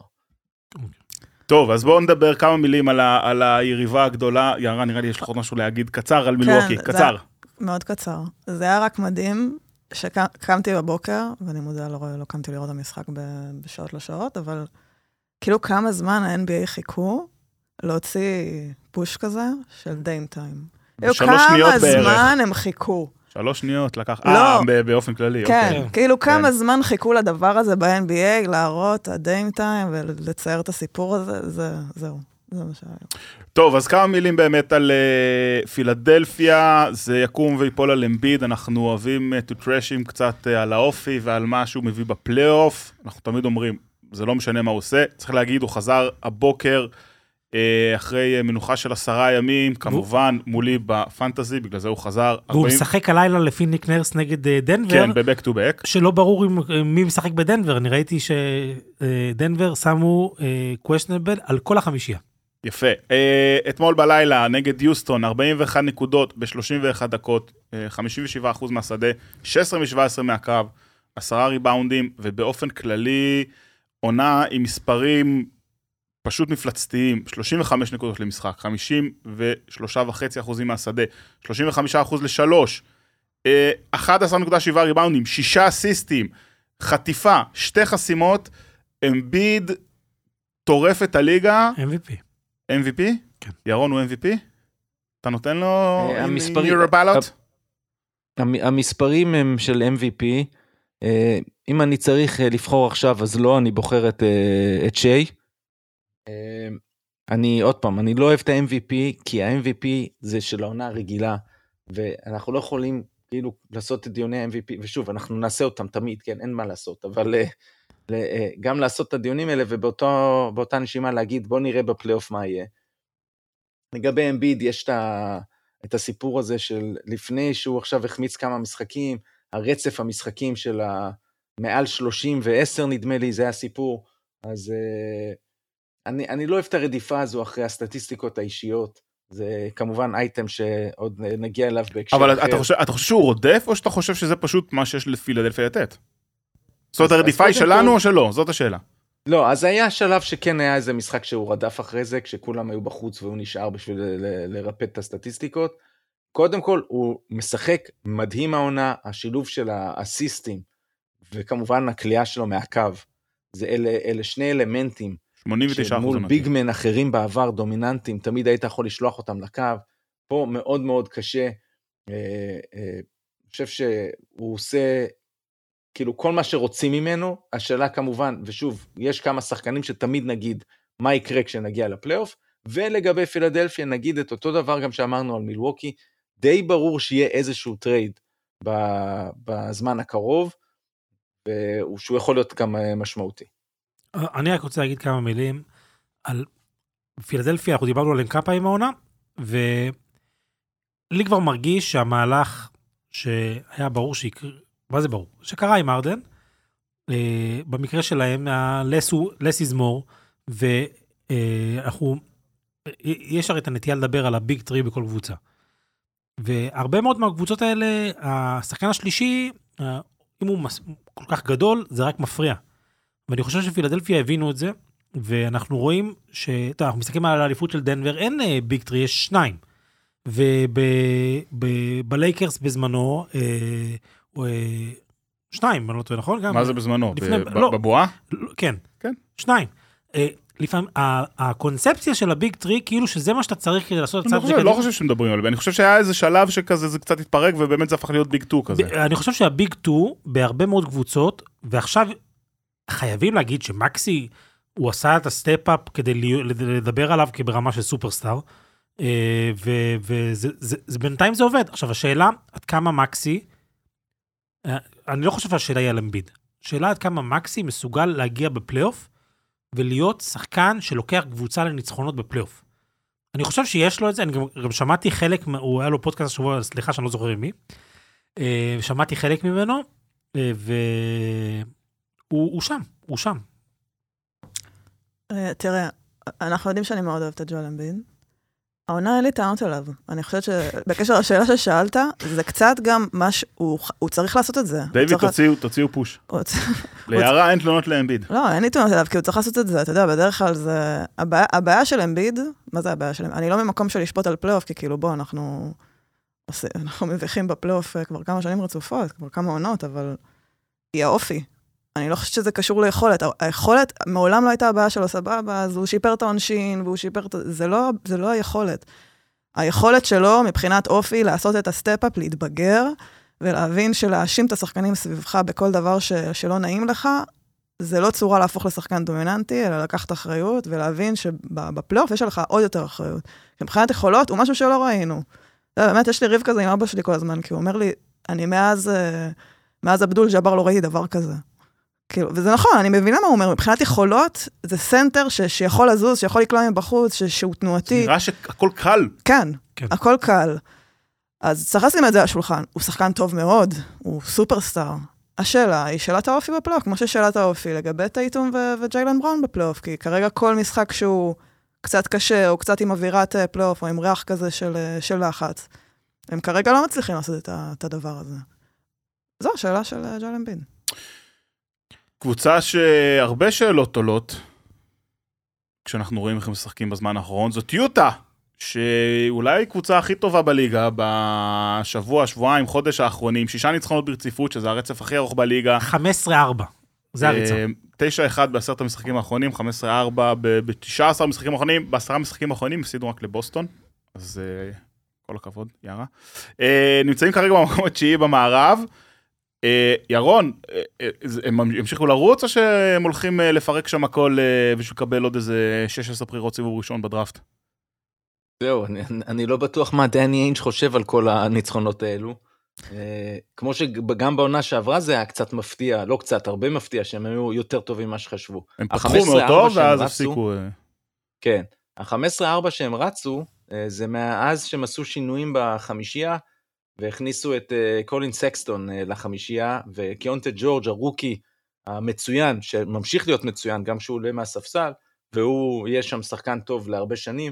טוב, אז בואו נדבר כמה מילים על היריבה הגדולה. יערה, נראה לי יש לך עוד משהו להגיד קצר על מילווקי, קצר. מאוד קצר. זה היה רק מדהים, שקמתי בבוקר, ואני מודה, לא קמתי לראות המשחק בשעות לא שעות, אבל כאילו כמה זמן ה-אן בי איי חיכו, להוציא פוש כזה של דיים טיים. כמה זמן הם חיכו. שלוש שניות לקח, אה, באופן כללי. כן, כאילו כמה זמן חיכו לדבר הזה ב-אן בי איי, להראות הדיים טיים ולצייר את הסיפור הזה, זהו, זה מה שהיה. טוב, אז כמה מילים באמת על פילדלפיה, זה יקום ויפול על אמביד, אנחנו אוהבים to trashing קצת על האופי ועל מה שהוא מביא בפלייאוף, אנחנו תמיד אומרים, זה לא משנה מה הוא עושה, צריך להגיד, הוא חזר הבוקר, אחרי מנוחה של עשרה ימים, כמובן, מולי בפנטזי, בגלל זה הוא חזר. והוא משחק הלילה לפי ניק נרס נגד דנבר. כן, בבק טו בק. שלא ברור מי משחק בדנבר, אני ראיתי שדנבר שמו questionable על כל החמישייה. יפה. אתמול בלילה, נגד יוסטון, ארבעים ואחת נקודות ב-שלושים ואחת דקות, חמישים ושבעה אחוז מהשדה, שש עשרה משבע עשרה מהקרב, עשרה ריבאונדים, ובאופן כללי, עונה עם מספרים פשוט מפלצתיים, שלושים וחמש נקודות למשחק, חמישים ושלושה וחצי אחוזים מהשדה, שלושים וחמישה אחוז לשלוש, אחת עשרה נקודה שבע ריבאונדים, שישה אסיסטים, חטיפה, שתי חסימות, אמביד, טורף את הליגה. אם וי פי. אם וי פי? כן. ירון הוא אם וי פי? אתה נותן לו המספרים, המספרים הם של אם וי פי, אם אני צריך לבחור עכשיו, אז לא, אני בוחר את, את שי. אני, עוד פעם, אני לא אוהב את ה-אם וי פי, כי ה-אם וי פי זה של העונה הרגילה, ואנחנו לא יכולים כאילו לעשות את דיוני ה-אם וי פי, ושוב, אנחנו נעשה אותם תמיד, כן, אין מה לעשות, אבל גם לעשות את הדיונים האלה, ובאותה נשימה להגיד, בוא נראה בפלייאוף מה יהיה. לגבי אמביד, יש את, ה, את הסיפור הזה של לפני שהוא עכשיו החמיץ כמה משחקים, הרצף המשחקים של מעל שלושים ועשר נדמה לי, זה הסיפור, אז אני, אני לא אוהב את הרדיפה הזו אחרי הסטטיסטיקות האישיות, זה כמובן אייטם שעוד נגיע אליו בהקשר אבל אחר. אתה חושב, אתה חושב שהוא רודף, או שאתה חושב שזה פשוט מה שיש לפילדלפיה לתת? זאת אומרת, הרדיפה היא שלנו או שלא? זאת השאלה. לא, אז היה שלב שכן היה איזה משחק שהוא רדף אחרי זה, כשכולם היו בחוץ והוא נשאר בשביל לרפד את הסטטיסטיקות. קודם כל, הוא משחק מדהים העונה, השילוב של האסיסטים, וכמובן הקליעה שלו מהקו. זה אלה, אלה שני אלמנטים, שמונים ותשעה אחוז. שמול ביגמן אחרים בעבר, דומיננטים, תמיד היית יכול לשלוח אותם לקו. פה מאוד מאוד קשה. אני חושב שהוא עושה כאילו כל מה שרוצים ממנו, השאלה כמובן, ושוב, יש כמה שחקנים שתמיד נגיד מה יקרה כשנגיע לפלייאוף, ולגבי פילדלפיה נגיד את אותו דבר גם שאמרנו על מילווקי, די ברור שיהיה איזשהו טרייד בזמן הקרוב, ושהוא יכול להיות גם משמעותי. אני רק רוצה להגיד כמה מילים על פילדלפיה, אנחנו דיברנו עליהם כמה פעמים העונה, ולי כבר מרגיש שהמהלך שהיה ברור שיקרה, מה זה ברור? שקרה עם ארדן, אה, במקרה שלהם, ה-less is more, ואנחנו, אה, יש הרי את הנטייה לדבר על הביג טרי בכל קבוצה. והרבה מאוד מהקבוצות האלה, השחקן השלישי, אה, אם הוא מס, כל כך גדול, זה רק מפריע. ואני חושב שפילדלפיה הבינו את זה, ואנחנו רואים שאתה, אנחנו מסתכלים על האליפות של דנבר, אין אה, ביג טרי, יש שניים. ובלייקרס בזמנו, אה, שניים, אני לא טועה, נכון? מה זה בזמנו? בבועה? כן, כן. שניים. לפעמים, הקונספציה של הביג טרי, כאילו שזה מה שאתה צריך כדי לעשות... אני לא חושב שמדברים עליו, אני חושב שהיה איזה שלב שכזה זה קצת התפרק, ובאמת זה הפך להיות ביג טו כזה. אני חושב שהביג טו, בהרבה מאוד קבוצות, ועכשיו חייבים להגיד שמקסי, הוא עשה את הסטאפ-אפ כדי לדבר עליו כברמה של סופרסטאר, ובינתיים זה עובד. עכשיו, השאלה, עד כמה מקסי, אני לא חושב שהשאלה היא על אמביד. השאלה עד כמה מקסי מסוגל להגיע בפלייאוף, ולהיות שחקן שלוקח קבוצה לניצחונות בפלייאוף. אני חושב שיש לו את זה, אני גם, גם שמעתי חלק, הוא היה לו פודקאסט השבוע, סליחה שאני לא זוכר עם מי, שמעתי חלק ממנו, והוא שם, הוא שם. תראה, אנחנו יודעים שאני מאוד אוהבת את ג'ואל אמביד, העונה אין לי טענות עליו. אני חושבת שבקשר לשאלה ששאלת, זה קצת גם מה שהוא צריך לעשות את זה. דיוויד, תוציאו פוש. ליערה אין תלונות לאמביד. לא, אין לי תלונות עליו, כי הוא צריך לעשות את זה. אתה יודע, בדרך כלל זה... הבעיה של אמביד, מה זה הבעיה של אמביד? אני לא ממקום של לשפוט על פלייאוף, כי כאילו בוא, אנחנו אנחנו מביכים בפלייאוף כבר כמה שנים רצופות, כבר כמה עונות, אבל היא האופי. אני לא חושבת שזה קשור ליכולת. היכולת מעולם לא הייתה הבעיה שלו, סבבה, אז הוא שיפר את העונשין, והוא שיפר את... זה לא, זה לא היכולת. היכולת שלו, מבחינת אופי, לעשות את הסטאפ-אפ, להתבגר, ולהבין שלהאשים את השחקנים סביבך בכל דבר ש... שלא נעים לך, זה לא צורה להפוך לשחקן דומיננטי, אלא לקחת אחריות, ולהבין שבפלייאוף יש לך עוד יותר אחריות. מבחינת יכולות, הוא משהו שלא ראינו. באמת, יש לי ריב כזה עם אבא שלי כל הזמן, כי הוא אומר לי, אני מאז, מאז אבדול ג'אבר לא ראיתי דבר כזה. כאילו, וזה נכון, אני מבינה מה הוא אומר, מבחינת יכולות, זה סנטר ש, שיכול לזוז, שיכול לקלוע מבחוץ, ש, שהוא תנועתי. נראה שהכל קל. כן, כן. הכל קל. אז צריך לשים את זה על השולחן. הוא שחקן טוב מאוד, הוא סופרסטאר. השאלה היא שאלת האופי בפלייאוף, כמו ששאלת האופי לגבי טייטום ו- וג'יילן בראון בפלייאוף, כי כרגע כל משחק שהוא קצת קשה, או קצת עם אווירת פלייאוף, או עם ריח כזה של, של לחץ, הם כרגע לא מצליחים לעשות את, ה- את הדבר הזה. זו השאלה של ג'יילן אמביד. קבוצה שהרבה שאלות עולות, כשאנחנו רואים איך הם משחקים בזמן האחרון, זאת יוטה, שאולי קבוצה הכי טובה בליגה בשבוע, שבועיים, חודש האחרונים, שישה ניצחונות ברציפות, שזה הרצף הכי ארוך בליגה. חמש עשרה ארבע, זה הריצה. תשע אחד בעשרת המשחקים האחרונים, חמש עשרה ארבע ב-תשעה עשר המשחקים האחרונים, בעשרה המשחקים האחרונים הפסידו רק לבוסטון, אז כל הכבוד, יארה. נמצאים כרגע במקום התשיעי במערב, ירון, הם המשיכו לרוץ או שהם הולכים לפרק שם הכל בשביל לקבל עוד איזה שש עשרה בחירות סיבוב ראשון בדראפט? זהו, אני, אני לא בטוח מה דני איינג' חושב על כל הניצחונות האלו. כמו שגם בעונה שעברה זה היה קצת מפתיע, לא קצת, הרבה מפתיע שהם היו יותר טובים ממה שחשבו. הם פתחו מאוד טוב ואז הפסיקו. כן, ה-חמש עשרה ארבע שהם רצו, זה מאז שהם עשו שינויים בחמישייה, והכניסו את קולין סקסטון לחמישייה, וקיונטה ג'ורג' הרוקי המצוין, שממשיך להיות מצוין, גם שהוא עולה מהספסל, והוא יהיה שם שחקן טוב להרבה שנים,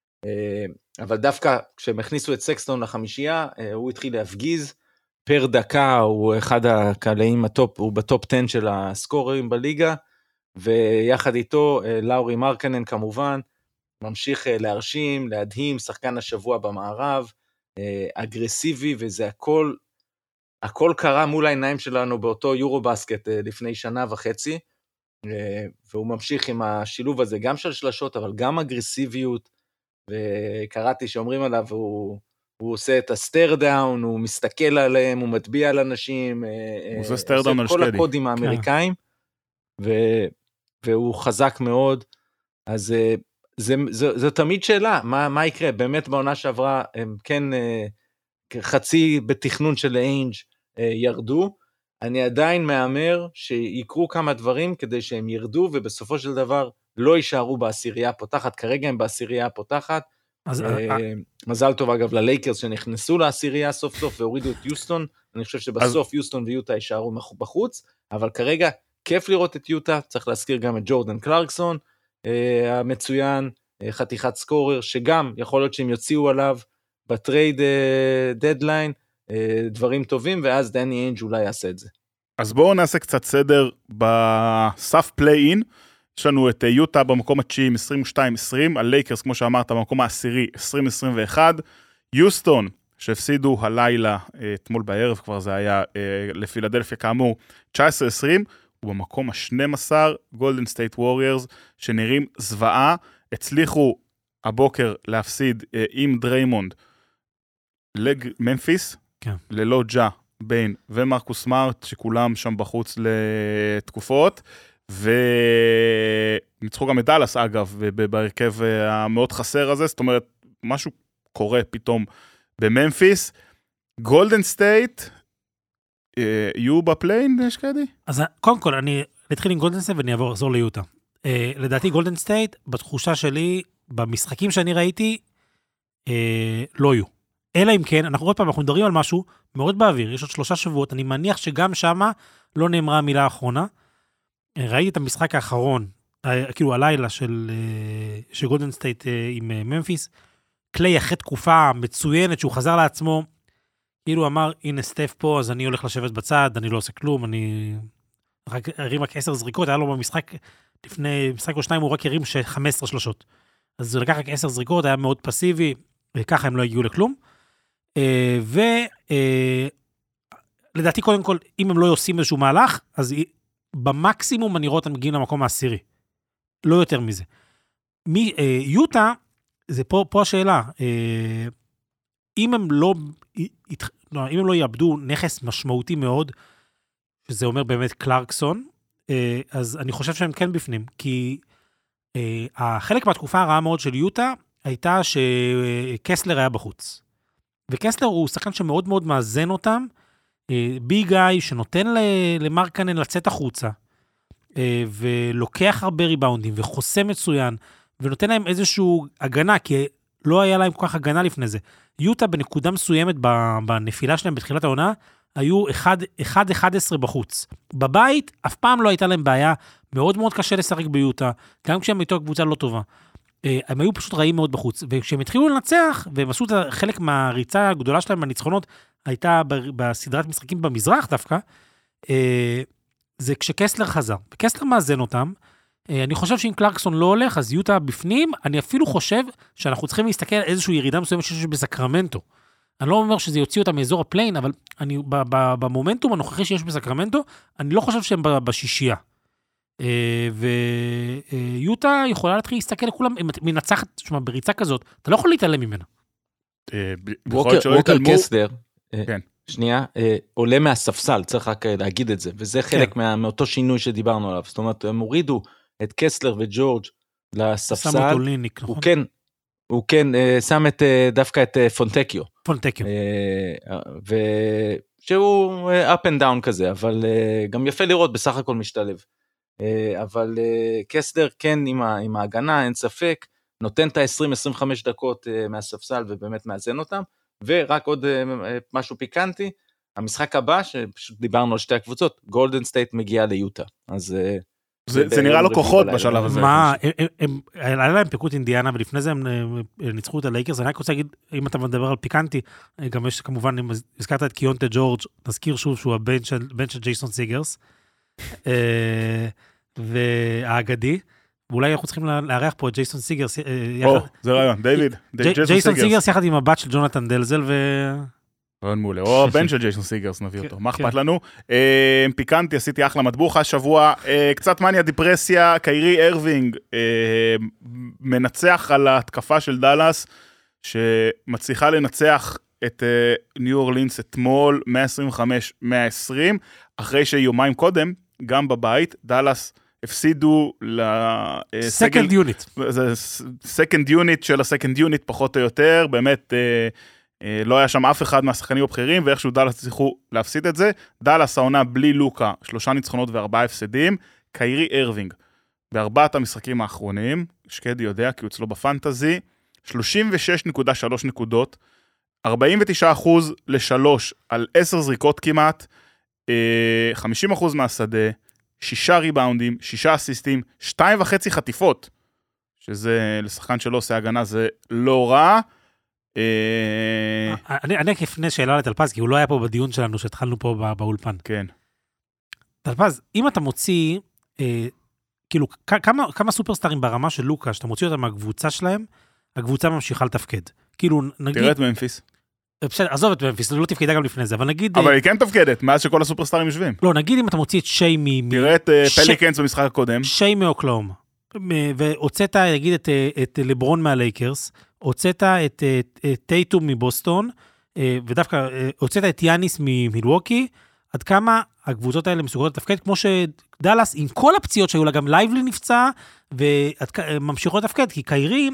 אבל דווקא כשהם הכניסו את סקסטון לחמישייה, הוא התחיל להפגיז, פר דקה הוא אחד הקלעים הטופ, הוא בטופ עשר של הסקוררים בליגה, ויחד איתו לאורי מרקנן כמובן, ממשיך להרשים, להדהים, שחקן השבוע במערב, אגרסיבי, וזה הכל, הכל קרה מול העיניים שלנו באותו יורו בסקט לפני שנה וחצי, והוא ממשיך עם השילוב הזה, גם של שלשות, אבל גם אגרסיביות, וקראתי שאומרים עליו, הוא, הוא עושה את הסטר דאון, הוא מסתכל עליהם, הוא מטביע על אנשים, הוא עושה סטר דאון על כל שקדי. הקודים האמריקאים, ו, והוא חזק מאוד, אז זה, זה, זה תמיד שאלה, מה, מה יקרה? באמת בעונה שעברה, הם כן חצי בתכנון של איינג' ירדו, אני עדיין מאמר שיקרו כמה דברים כדי שהם ירדו, ובסופו של דבר לא יישארו בעשירייה הפותחת, כרגע הם בעשירייה הפותחת, אז, מזל טוב אגב ללייקרס שנכנסו לעשירייה סוף סוף והורידו את יוסטון, אני חושב שבסוף אז... יוסטון ויוטה יישארו בחוץ, אבל כרגע כיף לראות את יוטה, צריך להזכיר גם את ג'ורדן קלרקסון, המצוין, חתיכת סקורר, שגם יכול להיות שהם יוציאו עליו בטרייד דדליין, דברים טובים, ואז דני איינג' אולי יעשה את זה. אז בואו נעשה קצת סדר בסף פליי-אין, יש לנו את יוטה במקום התשיעי עם עשרים ושתיים עשרים, הלייקרס כמו שאמרת במקום העשירי עשרים עשרים ואחת, יוסטון שהפסידו הלילה אתמול בערב כבר זה היה לפילדלפיה כאמור תשע עשרה עשרים, ובמקום ה-שנים עשר גולדן סטייט ווריירס שנראים זוועה, הצליחו הבוקר להפסיד עם דריימונד לממפיס, כן. ללא ג'ה, ביין ומרקוס סמארט שכולם שם בחוץ לתקופות, וניצחו גם את דלס אגב, בהרכב המאוד חסר הזה, זאת אומרת, משהו קורה פתאום בממפיס, גולדן סטייט, יהיו בפליין, שקדי? אז קודם כל, אני אתחיל עם גולדן סטייט ואני אעבור לחזור ליוטה. לדעתי גולדן סטייט, בתחושה שלי, במשחקים שאני ראיתי, לא יהיו. אלא אם כן, אנחנו עוד פעם, אנחנו מדברים על משהו מאוד באוויר, יש עוד שלושה שבועות, אני מניח שגם שמה לא נאמרה המילה האחרונה, ראיתי את המשחק האחרון, כאילו הלילה של, של גולדן סטייט עם ממפיס, קליי אחרי תקופה מצוינת שהוא חזר לעצמו, כאילו אמר, הנה סטף פה, אז אני הולך לשבת בצד, אני לא עושה כלום, אני רק הרים רק עשר זריקות, היה לו במשחק, לפני משחק או שניים הוא רק הרים ש-חמש עשרה שלושות, אז הוא לקח רק עשר זריקות, היה מאוד פסיבי, וככה הם לא הגיעו לכלום, ולדעתי קודם כל, אם הם לא עושים איזשהו מהלך, אז במקסימום אני רואה אותם מגיעים למקום העשירי. לא יותר מזה. מי, אה, יוטה, זה פה, פה השאלה, אה, אם הם לא, לא, אם הם לא יאבדו נכס משמעותי מאוד, שזה אומר באמת קלרקסון, אה, אז אני חושב שהם כן בפנים, כי אה, החלק מהתקופה הרעה מאוד של יוטה, הייתה שקסלר היה בחוץ. וקסלר הוא שחקן שמאוד מאוד מאזן אותם, בי גאי שנותן למרקנן לצאת החוצה, ולוקח הרבה ריבאונדים, וחוסם מצוין, ונותן להם איזשהו הגנה, כי לא היה להם כל כך הגנה לפני זה. יוטה בנקודה מסוימת בנפילה שלהם בתחילת העונה, היו אחד אחד עשרה בחוץ. בבית, אף פעם לא הייתה להם בעיה, מאוד מאוד קשה לשחק ביוטה, גם כשהם הייתו קבוצה לא טובה. הם היו פשוט רעים מאוד בחוץ, וכשהם התחילו לנצח, והם עשו חלק מהריצה הגדולה שלהם בניצחונות, הייתה בסדרת משחקים במזרח דווקא, זה כשקסלר חזר. וקסלר מאזן אותם, אני חושב שאם קלרקסון לא הולך, אז יוטה בפנים, אני אפילו חושב שאנחנו צריכים להסתכל על איזושהי ירידה מסוימת שיש בסקרמנטו. אני לא אומר שזה יוציא אותם מאזור הפליין, אבל אני, במומנטום הנוכחי שיש בסקרמנטו, אני לא חושב שהם בשישייה. ויוטה יכולה להתחיל להסתכל לכולם, אם את מנצחת, שמה, בריצה כזאת, אתה לא יכול להתעלם ממנה. ווקר קסלר, שנייה, עולה מהספסל, צריך רק להגיד את זה, וזה חלק מאותו שינוי שדיברנו עליו, זאת אומרת, הם הורידו את קסלר וג'ורג' לספסל, הוא כן, הוא כן שם דווקא את פונטקיו. פונטקיו. ושהוא up and down כזה, אבל גם יפה לראות, בסך הכל משתלב. אבל קסלר כן עם ההגנה, אין ספק, נותן את ה-עשרים עד עשרים וחמש דקות מהספסל, ובאמת מאזן אותם. ורק עוד משהו פיקנטי, המשחק הבא, שפשוט דיברנו על שתי הקבוצות, גולדן סטייט מגיעה ליוטה. אז זה נראה לו כוחות בשלב הזה. מה, היה להם פיקות אינדיאנה, ולפני זה הם ניצחו את הלייקרס, אני רק רוצה להגיד, אם אתה מדבר על פיקנטי, גם יש כמובן, אם הזכרת את קיונטה ג'ורג', נזכיר שוב שהוא הבן של ג'ייסון סיגרס, והאגדי, ואולי אנחנו צריכים לארח פה את ג'ייסון סיגרס. או, זה רעיון, דיוויד. ג'ייסון סיגרס יחד עם הבת של ג'ונתן דלזל ו... רעיון מעולה, או הבן של ג'ייסון סיגרס, נביא אותו. מה אכפת לנו? פיקנטי, עשיתי אחלה מטבוחה, שבוע, קצת מניה, דיפרסיה, קיירי ארווינג, מנצח על ההתקפה של דלס, שמצליחה לנצח את ניו אורלינס אתמול, מאה עשרים וחמש מאה עשרים, אחרי שיומיים קודם, גם בבית, דלס הפסידו לסקנד יוניט. זה סקנד יוניט של הסקנד יוניט פחות או יותר, באמת לא היה שם אף אחד מהשחקנים הבכירים, ואיכשהו דלס צריכו להפסיד את זה. דלס העונה בלי לוקה, שלושה ניצחונות וארבעה הפסדים, קיירי ארווינג, בארבעת המשחקים האחרונים, שקדי יודע כי הוא אצלו בפנטזי, שלושים ושש נקודה שלוש נקודות, ארבעים ותשעה אחוז לשלוש על עשר זריקות כמעט, חמישים אחוז מהשדה, שישה ריבאונדים, שישה אסיסטים, שתיים וחצי חטיפות, שזה לשחקן שלא עושה הגנה, זה לא רע. אני רק לפני שאלה לטלפז, כי הוא לא היה פה בדיון שלנו, שהתחלנו פה באולפן. כן. טלפז, אם אתה מוציא, כאילו, כמה סופרסטארים ברמה של לוקה, שאתה מוציא אותם מהקבוצה שלהם, הקבוצה ממשיכה לתפקד. כאילו, נגיד... תראה את ממפיס. בסדר, עזוב את ממפיס, לא תפקדה גם לפני זה, אבל נגיד... אבל היא כן תפקדת, מאז שכל הסופרסטארים יושבים. לא, נגיד אם אתה מוציא את שי מ... תראה את פליקנס במשחק הקודם. שי מאוקלאומה. והוצאת, נגיד, את לברון מהלייקרס, הוצאת את טייטום מבוסטון, ודווקא הוצאת את יאניס ממילווקי, עד כמה הקבוצות האלה מסוגלות לתפקד, כמו שדלס, עם כל הפציעות שהיו לה, גם לייבלי נפצע, וממשיכות לתפקד, כי קיירי...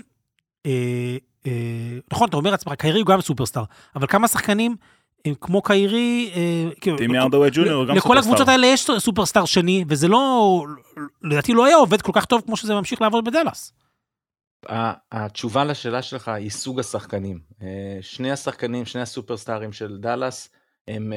נכון, אתה אומר עצמך, קיירי הוא גם סופרסטאר, אבל כמה שחקנים הם כמו קיירי, טימי ארדווי ג'וניור גם לכל הקבוצות האלה יש סופרסטאר שני, וזה לא, לדעתי לא היה עובד כל כך טוב כמו שזה ממשיך לעבוד בדלס. התשובה לשאלה שלך היא סוג השחקנים. שני השחקנים, שני הסופרסטארים של דלס, הם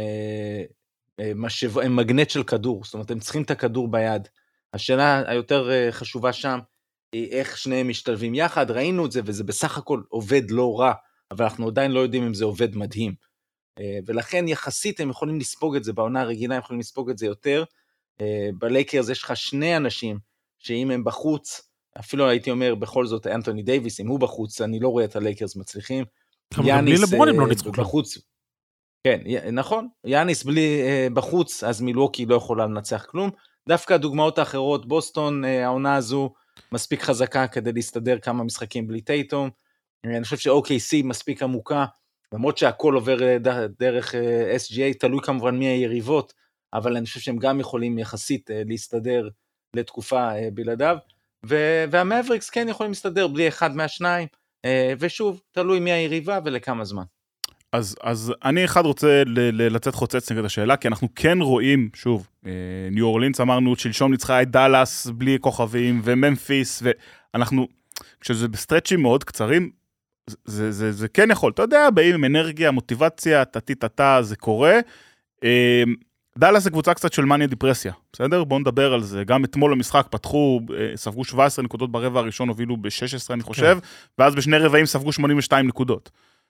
מגנט של כדור, זאת אומרת, הם צריכים את הכדור ביד. השאלה היותר חשובה שם, איך שניהם משתלבים יחד, ראינו את זה, וזה בסך הכל עובד לא רע, אבל אנחנו עדיין לא יודעים אם זה עובד מדהים. ולכן יחסית הם יכולים לספוג את זה, בעונה הרגילה הם יכולים לספוג את זה יותר. בלייקרס יש לך שני אנשים, שאם הם בחוץ, אפילו הייתי אומר בכל זאת, אנתוני דייביס, אם הוא בחוץ, אני לא רואה את הלייקרס מצליחים. גם בלי לברון הם לא ניצחו בחוץ. כן, נכון, יאניס בלי בחוץ, אז מילווקי לא יכולה לנצח כלום. דווקא הדוגמאות האחרות, בוסטון, העונה הזו, מספיק חזקה כדי להסתדר כמה משחקים בלי טייטום. אני חושב ש-או קיי סי מספיק עמוקה, למרות שהכל עובר דרך אס ג'י איי, תלוי כמובן מי היריבות, אבל אני חושב שהם גם יכולים יחסית להסתדר לתקופה בלעדיו, והמבריקס כן יכולים להסתדר בלי אחד מהשניים, ושוב, תלוי מי היריבה ולכמה זמן. אז, אז אני אחד רוצה ל- ל- לצאת חוצץ נגד השאלה, כי אנחנו כן רואים, שוב, ניו אורלינס אמרנו, שלשום ניצחה את דלס בלי כוכבים, וממפיס, ואנחנו, כשזה בסטרצ'ים מאוד קצרים, זה, זה, זה, זה כן יכול, אתה יודע, באים עם אנרגיה, מוטיבציה, תתי-תתה, זה קורה. דלס זה קבוצה קצת של מניה דיפרסיה, בסדר? בואו נדבר על זה. גם אתמול במשחק פתחו, ספגו שבע עשרה נקודות ברבע הראשון, הובילו ב-שש עשרה אני חושב, ואז בשני רבעים ספגו שמונים ושתיים נקודות.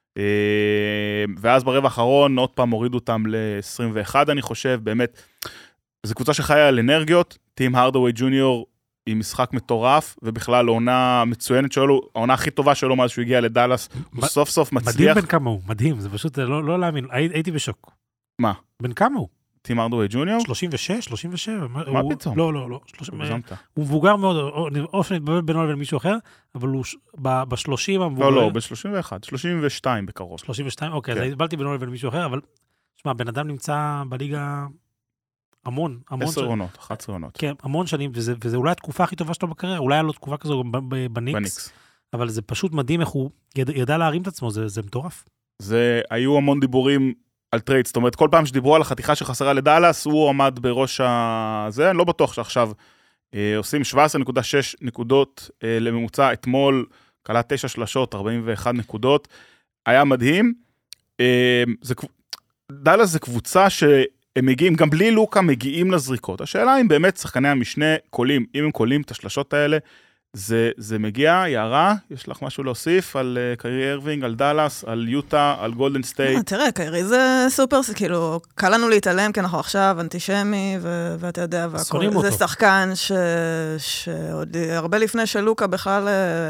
ואז ברבע האחרון, עוד פעם הורידו אותם ל-עשרים ואחת אני חושב, באמת, זו קבוצה שחיה על אנרגיות, טים הרדווי ג'וניור עם משחק מטורף, ובכלל העונה מצוינת שלו, העונה הכי טובה שלו מאז שהוא הגיע לדלס, הוא סוף סוף מצליח. מדהים בין כמה הוא, מדהים, זה פשוט לא להאמין, הייתי בשוק. מה? בין כמה הוא? טים הרדווי ג'וניור? שלושים ושש, שלושים ושבע. מה פתאום? לא, לא, לא. הוא מבוגר מאוד, או שנתבלבל בינו לבין מישהו אחר, אבל הוא ב-שלושים המבוגר. לא, לא, ב-שלושים ואחת, שלושים ושתיים בקרוב. שלושים ושתיים, אוקיי, אז התבלתי בינו לבין מישהו אחר, אבל, שמע, בן אדם נמצא בליגה המון, המון. עשר עונות, אחת עשרה עונות. כן, המון שנים, וזה אולי התקופה הכי טובה שלו בקריירה, אולי היה לו תקופה כזו בניקס, אבל זה פשוט מדהים איך הוא ידע להרים את עצמו, זה מטורף. זה, היו המון דיבורים על טרייד, זאת אומרת, כל פעם שדיברו על החתיכה שחסרה לדלס, הוא עמד בראש הזה, אני לא בטוח שעכשיו אה, עושים שבע עשרה נקודה שש נקודות אה, לממוצע, אתמול קלה תשע שלשות, ארבעים ואחת נקודות, היה מדהים. אה, זה, דלס זה קבוצה שהם מגיעים, גם בלי לוקה מגיעים לזריקות. השאלה אם באמת שחקני המשנה קולים, אם הם קולים את השלשות האלה, זה, זה מגיע, יערה, יש לך משהו להוסיף על uh, קיירי ארווינג, על דלס, על יוטה, על גולדן סטייט? תראה, קיירי זה סופר, כאילו, קל לנו להתעלם, כי אנחנו עכשיו אנטישמי, ו- ואתה יודע, והכל, זה שחקן ש- שעוד הרבה לפני שלוקה בכלל,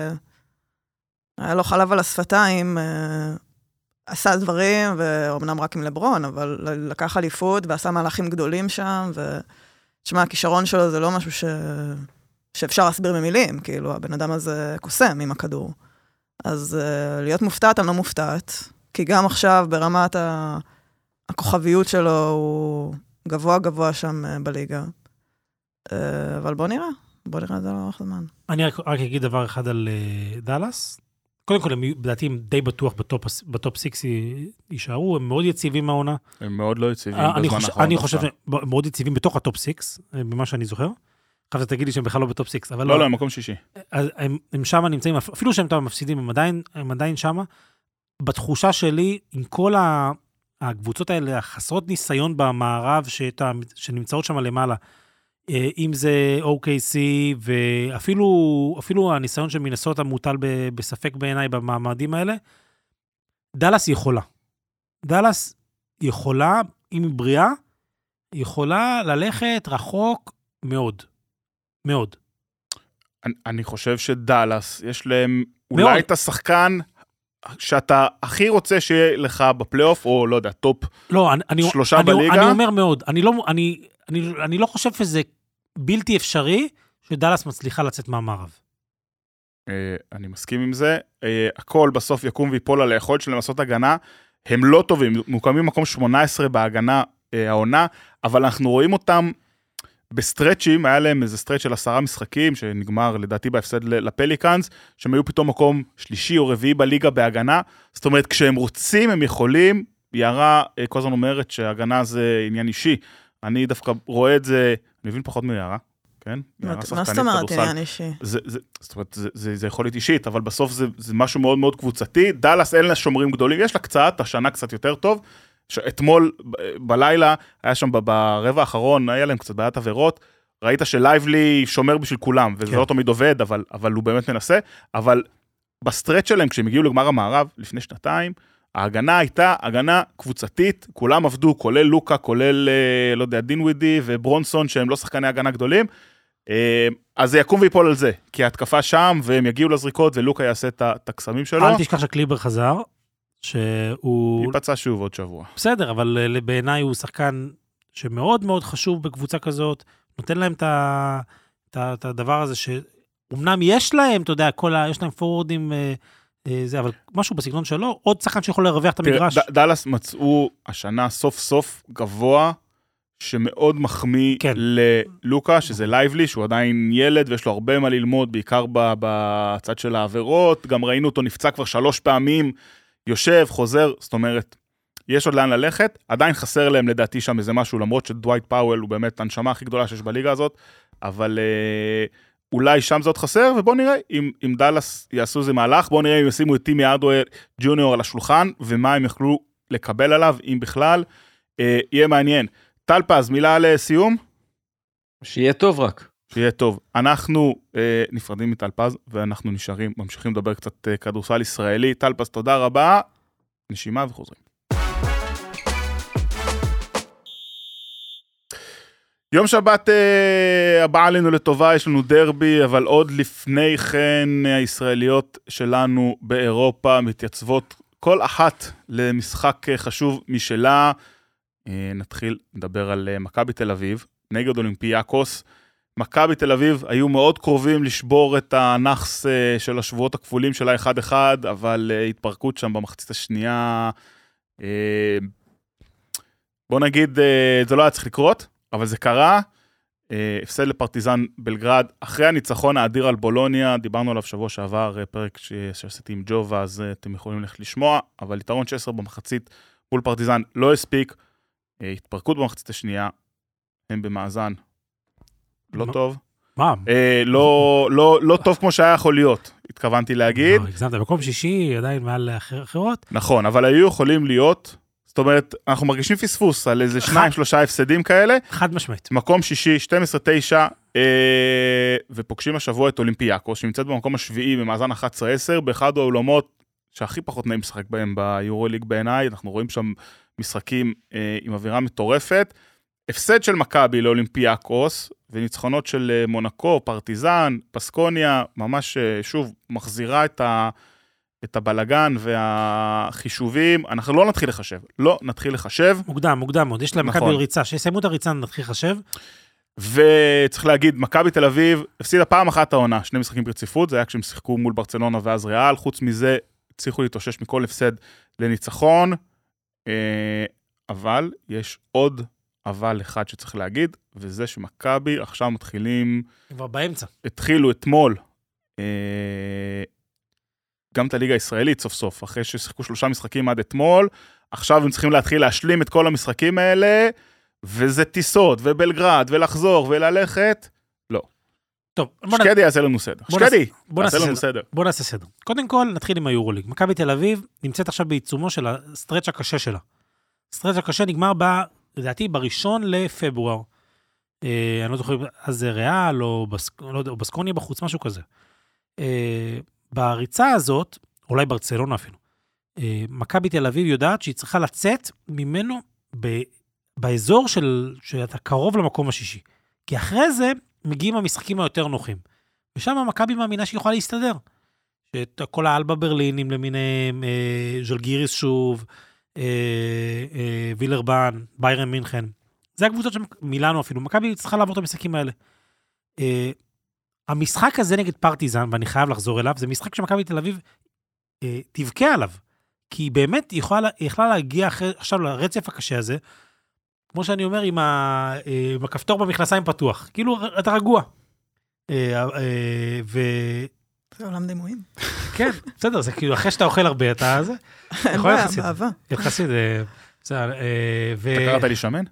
היה לו חלב על השפתיים, עשה דברים, ואומנם רק עם לברון, אבל לקח אליפות, ועשה מהלכים גדולים שם, ושמע, הכישרון שלו זה לא משהו ש... שאפשר להסביר במילים, כאילו, הבן אדם הזה קוסם עם הכדור. אז uh, להיות מופתעת, אני לא מופתעת, כי גם עכשיו ברמת ה... הכוכביות שלו הוא גבוה גבוה שם uh, בליגה. Uh, אבל בוא נראה, בוא נראה, זה לא הולך זמן. אני רק, רק אגיד דבר אחד על uh, דלס. קודם כל, הם בדעתי הם די בטוח בטופ, בטופ סיקס יישארו, הם מאוד יציבים מהעונה. הם מאוד לא יציבים uh, בזמן חושב, האחרון. אני חושב שהם מאוד יציבים בתוך הטופ סיקס, במה שאני זוכר. עכשיו אתה תגיד לי שהם בכלל לא בטופ סיקס, אבל לא, לא, הם מקום שישי. אז הם, הם שם נמצאים, אפילו שהם טוב מפסידים, הם עדיין, הם עדיין שם. בתחושה שלי, עם כל הקבוצות האלה, החסרות ניסיון במערב שאתה, שנמצאות שם למעלה, אם זה או קיי סי, ואפילו אפילו הניסיון של מינסוטה מוטל בספק בעיניי במעמדים האלה, דלס יכולה. דלס יכולה, אם היא בריאה, יכולה ללכת רחוק מאוד. מאוד. אני, אני חושב שדלס, יש להם אולי מאוד. את השחקן שאתה הכי רוצה שיהיה לך בפלייאוף, או לא יודע, טופ לא, אני, שלושה אני, בליגה. אני אומר מאוד, אני לא, אני, אני, אני לא חושב שזה בלתי אפשרי, שדלס מצליחה לצאת מהמערב. אני מסכים עם זה. הכל בסוף יקום ויפול על היכולת שלהם לעשות הגנה. הם לא טובים, מוקמים מקום שמונה עשרה בהגנה העונה, אבל אנחנו רואים אותם בסטרצ'ים, היה להם איזה סטרצ' של עשרה משחקים, שנגמר לדעתי בהפסד לפליקאנס, שהם היו פתאום מקום שלישי או רביעי בליגה בהגנה, זאת אומרת, כשהם רוצים, הם יכולים, יערה כל הזמן אומרת שההגנה זה עניין אישי, אני דווקא רואה את זה, אני מבין פחות מיערה, כן? מה זאת אומרת עניין אישי? זאת אומרת, זה יכול להיות אישית, אבל בסוף זה משהו מאוד מאוד קבוצתי, דלס אין לה שומרים גדולים, יש לה קצת, השנה קצת יותר טוב, שאתמול בלילה, היה שם ברבע האחרון, היה להם קצת בעיית עבירות, ראית שלייבלי שומר בשביל כולם, וזה כן. לא תמיד עובד, אבל, אבל הוא באמת מנסה, אבל בסטרץ' שלהם, כשהם הגיעו לגמר המערב, לפני שנתיים, ההגנה הייתה הגנה קבוצתית, כולם עבדו, כולל לוקה, כולל, לא יודע, דינווידי וברונסון, שהם לא שחקני הגנה גדולים, אז זה יקום ויפול על זה, כי ההתקפה שם, והם יגיעו לזריקות, ולוקה יעשה את הקסמים שלו. אל תשכח שקליבר חזר, שהוא... ייפצע שוב עוד שבוע. בסדר, אבל בעיניי הוא שחקן שמאוד מאוד חשוב בקבוצה כזאת, נותן להם את הדבר הזה שאומנם יש להם, אתה יודע, כל ה... יש להם פורורדים, זה, אבל משהו בסגנון שלו, עוד שחקן שיכול לרווח את המגרש. דלס מצאו השנה סוף סוף גבוה, שמאוד מחמיא כן. ללוקה, שזה לייבלי, שהוא עדיין ילד, ויש לו הרבה מה ללמוד, בעיקר בצד של העבירות, גם ראינו אותו נפצע כבר שלוש פעמים, יושב, חוזר, זאת אומרת, יש עוד לאן ללכת, עדיין חסר להם לדעתי שם איזה משהו, למרות שדווייט פאוול הוא באמת הנשמה הכי גדולה שיש בליגה הזאת, אבל אה, אולי שם זה עוד חסר, ובוא נראה אם, אם דלס יעשו איזה מהלך, בוא נראה אם ישימו את טימי ארדוור ג'וניור על השולחן, ומה הם יוכלו לקבל עליו, אם בכלל, אה, יהיה מעניין. טל פז, מילה לסיום? שיהיה טוב רק. שיהיה טוב. אנחנו אה, נפרדים מטל פז, ואנחנו נשארים, ממשיכים לדבר קצת אה, כדורסל ישראלי. טל פז, תודה רבה. נשימה וחוזרים. יום שבת אה, הבא עלינו לטובה, יש לנו דרבי, אבל עוד לפני כן הישראליות שלנו באירופה מתייצבות כל אחת למשחק חשוב משלה. אה, נתחיל לדבר על אה, מכבי תל אביב, נגד אולימפיאקוס. מכבי תל אביב היו מאוד קרובים לשבור את הנחס אה, של השבועות הכפולים שלה אחד אחד, אבל אה, התפרקות שם במחצית השנייה. אה, בוא נגיד, אה, זה לא היה צריך לקרות. אבל זה קרה, הפסד לפרטיזן בלגרד, אחרי הניצחון האדיר על בולוניה, דיברנו עליו שבוע שעבר, פרק שעשיתי עם ג'ובה, אז אתם יכולים ללכת לשמוע, אבל יתרון שש עשרה במחצית מול פרטיזן לא הספיק, התפרקות במחצית השנייה, הם במאזן לא טוב. מה? לא טוב כמו שהיה יכול להיות, התכוונתי להגיד. הגזמת, במקום שישי עדיין מעל אחרות. נכון, אבל היו יכולים להיות... זאת אומרת, אנחנו מרגישים פספוס על איזה שניים, שלושה הפסדים כאלה. חד משמעית. מקום שישי, שתים עשרה תשע, אה, ופוגשים השבוע את אולימפיאקוס, שנמצאת במקום השביעי במאזן אחת עשרה עשר, באחד האולמות שהכי פחות נעים לשחק בהם ביורוליג בעיניי, אנחנו רואים שם משחקים אה, עם אווירה מטורפת. הפסד של מכבי לאולימפיאקוס, וניצחונות של מונקו, פרטיזן, פסקוניה, ממש אה, שוב מחזירה את ה... את הבלגן והחישובים, אנחנו לא נתחיל לחשב, לא נתחיל לחשב. מוקדם, מוקדם עוד, יש להם מכבי ריצה, שיסיימו את הריצה נתחיל לחשב. וצריך להגיד, מכבי תל אביב הפסידה פעם אחת העונה, שני משחקים ברציפות, זה היה כשהם שיחקו מול ברצלונה ואז ריאל, חוץ מזה הצליחו להתאושש מכל הפסד לניצחון, אבל יש עוד אבל אחד שצריך להגיד, וזה שמכבי עכשיו מתחילים... כבר באמצע. התחילו אתמול, גם את הליגה הישראלית סוף סוף, אחרי ששיחקו שלושה משחקים עד אתמול, עכשיו הם צריכים להתחיל להשלים את כל המשחקים האלה, וזה טיסות, ובלגרד, ולחזור, וללכת, לא. טוב, שקדי יעשה לנו סדר. שקדי, יעשה לנו סדר. בוא נעשה סדר. קודם כל, נתחיל עם היורוליג. מכבי תל אביב נמצאת עכשיו בעיצומו של הסטרץ' הקשה שלה. הסטרץ' הקשה נגמר, לדעתי, בראשון לפברואר. אני לא זוכר, אז זה ריאל, או בסקוניה בחוץ, משהו כזה. בריצה הזאת, אולי ברצלונה אפילו, מכבי תל אביב יודעת שהיא צריכה לצאת ממנו ב, באזור של, שאתה קרוב למקום השישי. כי אחרי זה מגיעים המשחקים היותר נוחים. ושם מכבי מאמינה שהיא יכולה להסתדר. שאת כל האלבה ברלינים למיניהם, אה, ז'לגיריס שוב, אה, אה, וילרבן, ביירן מינכן. זה הקבוצות של מילאנו אפילו. מכבי צריכה לעבור את המשחקים האלה. אה, המשחק הזה נגד פרטיזן, ואני חייב לחזור אליו, זה משחק שמכבי תל אביב אה, תבכה עליו, כי באמת היא יכולה, היא יכולה להגיע אחרי, עכשיו לרצף הקשה הזה, כמו שאני אומר, עם, ה, אה, עם הכפתור במכנסיים פתוח, כאילו אתה רגוע. אה, אה, ו... זה עולם דימויים. כן, בסדר, זה כאילו אחרי שאתה אוכל הרבה, אתה זה, אין בעיה, באהבה. יחסית, בסדר, ו... אתה קראת לי שמן?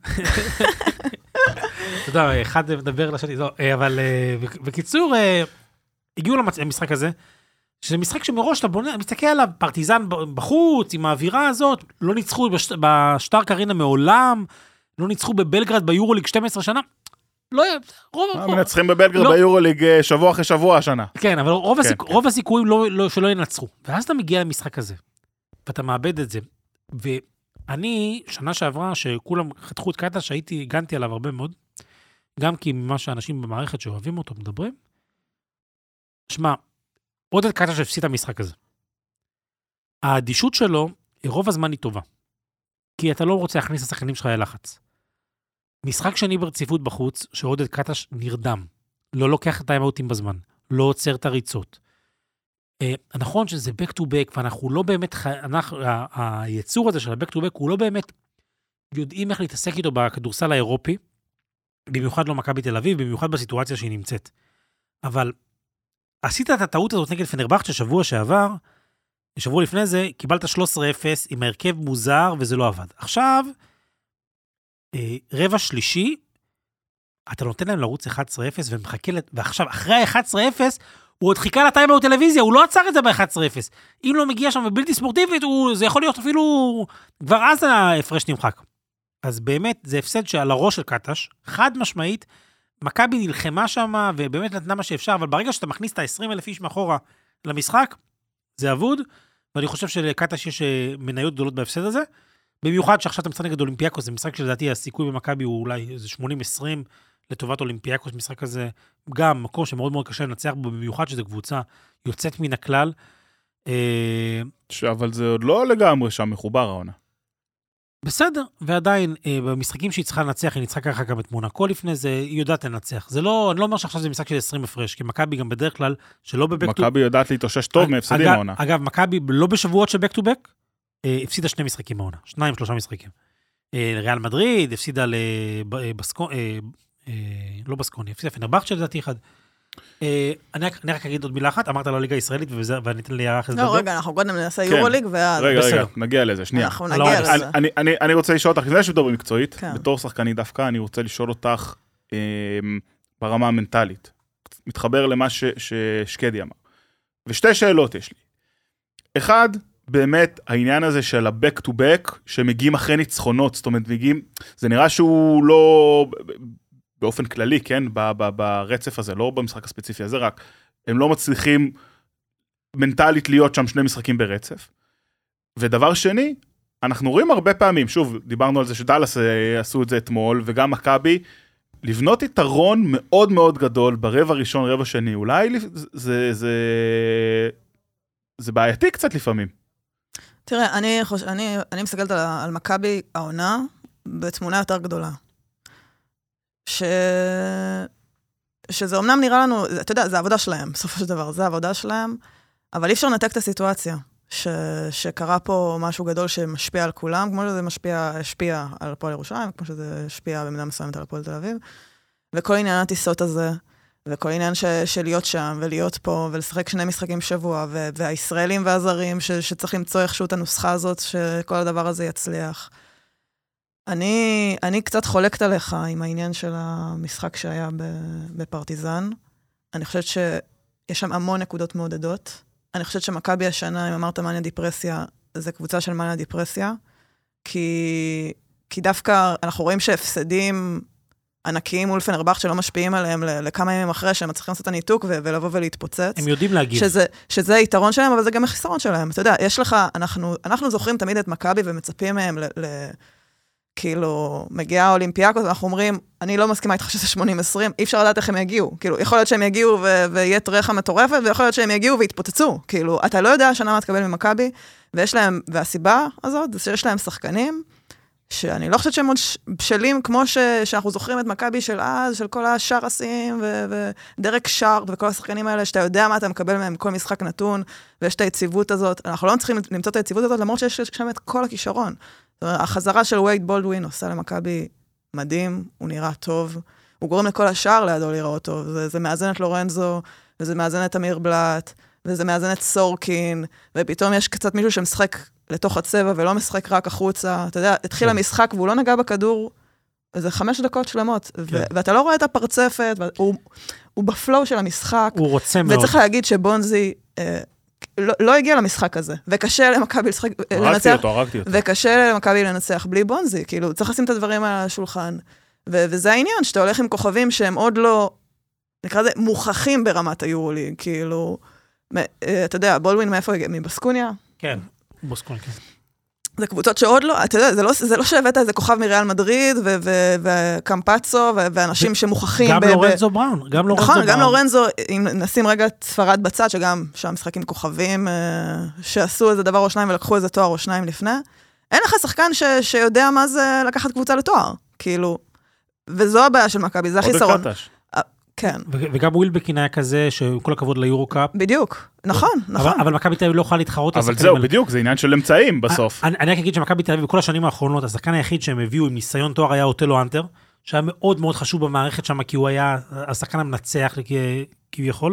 אתה יודע, אחד מדבר לשני, אבל בקיצור, הגיעו למשחק הזה, שזה משחק שמראש אתה בונה, מסתכל עליו, פרטיזן בחוץ, עם האווירה הזאת, לא ניצחו בשטר קרינה מעולם, לא ניצחו בבלגרד ביורוליג שתים עשרה שנה, לא, רוב... מנצחים בבלגרד ביורוליג שבוע אחרי שבוע השנה. כן, אבל רוב הסיכויים שלא ינצחו. ואז אתה מגיע למשחק הזה, ואתה מאבד את זה, ואני, שנה שעברה, שכולם חתכו את קטע, שהייתי, הגנתי עליו הרבה מאוד, גם כי ממה שאנשים במערכת שאוהבים אותו מדברים, שמע, עוד את קטע שהפסיד את המשחק הזה. האדישות שלו, רוב הזמן היא טובה. כי אתה לא רוצה להכניס את השחקנים שלך ללחץ. משחק שני ברציפות בחוץ, שעוד את קטע נרדם. לא לוקח את האמאוטים בזמן. לא עוצר את הריצות. אה, נכון שזה back to back, ואנחנו לא באמת, אנחנו, היצור הזה של ה-back to back, הוא לא באמת יודעים איך להתעסק איתו בכדורסל האירופי, במיוחד לא מכבי תל אביב, במיוחד בסיטואציה שהיא נמצאת. אבל עשית את הטעות הזאת נגד פנרבכצ'ה שבוע שעבר, שבוע לפני זה, קיבלת שלוש עשרה אפס עם הרכב מוזר, וזה לא עבד. עכשיו, רבע שלישי, אתה נותן להם לרוץ אחת עשרה אפס, ומחכה, ועכשיו, אחרי ה-אחת עשרה אפס, הוא עוד חיכה לטיימאוט טלוויזיה, הוא לא עצר את זה ב-אחת עשרה אפס. אם לא מגיע שם בבלתי ספורטיבית, הוא, זה יכול להיות אפילו, כבר אז ההפרש נמחק. אז באמת, זה הפסד שעל הראש של קטש, חד משמעית, מכבי נלחמה שם, ובאמת נתנה מה שאפשר, אבל ברגע שאתה מכניס את ה-עשרים אלף איש מאחורה למשחק, זה אבוד, ואני חושב שלקטש יש מניות גדולות בהפסד הזה, במיוחד שעכשיו אתה משחק נגד אולימפיאקוס, זה משחק שלדעתי הסיכוי במכבי הוא אולי איזה שמונים עשרים לטובת אולימפיאקוס, משחק הזה גם מקום שמאוד מאוד קשה לנצח בו, במיוחד שזו קבוצה יוצאת מן הכלל. אבל זה עוד לא לגמרי שם מחובר העונה. בסדר, ועדיין במשחקים שהיא צריכה לנצח, היא ניצחה ככה גם את מונקו לפני זה, היא יודעת לנצח. זה לא, אני לא אומר שעכשיו זה משחק של עשרים הפרש, כי מכבי גם בדרך כלל שלא בבק טו... מכבי יודעת להתאושש טוב מהפסדים העונה. אגב, מכבי לא בשבועות של בק טו בק, הפסידה שני משחקים העונה, שניים, שלושה משחקים. ריאל מדריד, הפסידה לבסקון, לא בסקוני, הפסידה פנרבכצ'ה לדעתי אחד. אני רק אגיד עוד מילה אחת, אמרת על הליגה הישראלית, ואני אתן לי הערך לדבר. לא, רגע, אנחנו קודם נעשה יורוליג, ואז... רגע, רגע, נגיע לזה, שנייה. אנחנו נגיע לזה. אני רוצה לשאול אותך, לפני שתדבר מקצועית, בתור שחקני דווקא, אני רוצה לשאול אותך ברמה המנטלית. מתחבר למה ששקדי אמר. ושתי שאלות יש לי. אחד, באמת, העניין הזה של ה-back to back, שמגיעים אחרי ניצחונות, זאת אומרת, מגיעים, זה נראה שהוא לא... באופן כללי, כן, ברצף הזה, לא במשחק הספציפי הזה, רק הם לא מצליחים מנטלית להיות שם שני משחקים ברצף. ודבר שני, אנחנו רואים הרבה פעמים, שוב, דיברנו על זה שדלס עשו את זה אתמול, וגם מכבי, לבנות יתרון מאוד מאוד גדול ברבע ראשון, רבע שני, אולי זה, זה, זה בעייתי קצת לפעמים. תראה, אני, חוש... אני, אני מסתכלת על, על מכבי העונה בתמונה יותר גדולה. ש... שזה אמנם נראה לנו, אתה יודע, זה העבודה שלהם, בסופו של דבר, זה העבודה שלהם, אבל אי אפשר לנתק את הסיטואציה, ש... שקרה פה משהו גדול שמשפיע על כולם, כמו שזה משפיע, השפיע על הפועל ירושלים, כמו שזה השפיע במידה מסוימת על הפועל תל אביב, וכל עניין הטיסות הזה, וכל עניין ש... של להיות שם, ולהיות פה, ולשחק שני משחקים שבוע, ו... והישראלים והזרים, ש... שצריך למצוא איכשהו את הנוסחה הזאת, שכל הדבר הזה יצליח. אני, אני קצת חולקת עליך עם העניין של המשחק שהיה בפרטיזן. אני חושבת שיש שם המון נקודות מעודדות. אני חושבת שמכבי השנה, אם אמרת מניה דיפרסיה, זה קבוצה של מניה דיפרסיה, כי, כי דווקא אנחנו רואים שהפסדים ענקיים מול פנרבכצ'ה שלא משפיעים עליהם לכמה ימים אחרי שהם מצליחים לעשות את הניתוק ולבוא ולהתפוצץ. הם יודעים להגיב. שזה, שזה היתרון שלהם, אבל זה גם החיסרון שלהם. אתה יודע, יש לך, אנחנו, אנחנו זוכרים תמיד את מכבי ומצפים מהם ל... ל כאילו, מגיעה האולימפיאקוס, ואנחנו אומרים, אני לא מסכימה איתך שזה שמונים עשרים, אי אפשר לדעת איך הם יגיעו. כאילו, יכול להיות שהם יגיעו ו- ויהיה טרחה מטורפת, ויכול להיות שהם יגיעו ויתפוצצו. כאילו, אתה לא יודע השנה מה תקבל ממכבי, ויש להם, והסיבה הזאת, זה שיש להם שחקנים, שאני לא חושבת שהם עוד בשלים, כמו ש- שאנחנו זוכרים את מכבי של אז, של כל השרסים, ו- ודרק שרט, וכל השחקנים האלה, שאתה יודע מה אתה מקבל מהם, כל משחק נתון, ויש את היציבות הזאת. אנחנו לא צריכים למצוא את היציבות הזאת, למרות שיש שם את כל הכישרון. החזרה של וייד בולדווין עושה למכבי מדהים, הוא נראה טוב, הוא גורם לכל השאר לידו לראות טוב, זה, זה מאזן את לורנזו, וזה מאזן את אמיר בלט, וזה מאזן את סורקין, ופתאום יש קצת מישהו שמשחק לתוך הצבע, ולא משחק רק החוצה, אתה יודע, התחיל כן. המשחק, והוא לא נגע בכדור, זה חמש דקות שלמות, כן. ו- ואתה לא רואה את הפרצפת, הוא, הוא בפלואו של המשחק, הוא רוצה מאוד. וצריך להגיד שבונזי, אה, לא, לא הגיע למשחק הזה, וקשה למכבי לשחק, לנצח, אותו, הרגתי אותו. וקשה למכבי לנצח בלי בונזי, כאילו, צריך לשים את הדברים על השולחן, ו- וזה העניין, שאתה הולך עם כוכבים שהם עוד לא, נקרא זה, מוכחים ברמת היורוליג, כאילו, אתה יודע, בולדווין מאיפה הגיע? מבסקוניה? כן, בוסקוניה, כן. זה קבוצות שעוד לא, אתה יודע, זה לא, זה לא שהבאת איזה כוכב מריאל מדריד, ו- ו- וקמפצו, ו- ואנשים ו- שמוכחים. גם ב- לורנזו ב- בראון, גם לורנזו נכון, בראון. גם לורנזו, אם נשים רגע את ספרד בצד, שגם שם משחקים כוכבים, שעשו איזה דבר או שניים, ולקחו איזה תואר או שניים לפני, אין לך שחקן ש- שיודע מה זה לקחת קבוצה לתואר, כאילו, וזו הבעיה של מכבי, זה החיסרון. כן. וגם ווילבקין היה כזה, שכל הכבוד ליורו-קאפ. בדיוק, נכון, נכון. אבל מכבי תל אביב לא יכולה להתחרות. אבל זהו, בדיוק, זה עניין של אמצעים בסוף. אני רק אגיד שמכבי תל אביב בכל השנים האחרונות, השחקן היחיד שהם הביאו עם ניסיון תואר היה אוטלו אנטר, שהיה מאוד מאוד חשוב במערכת שם, כי הוא היה השחקן המנצח כביכול,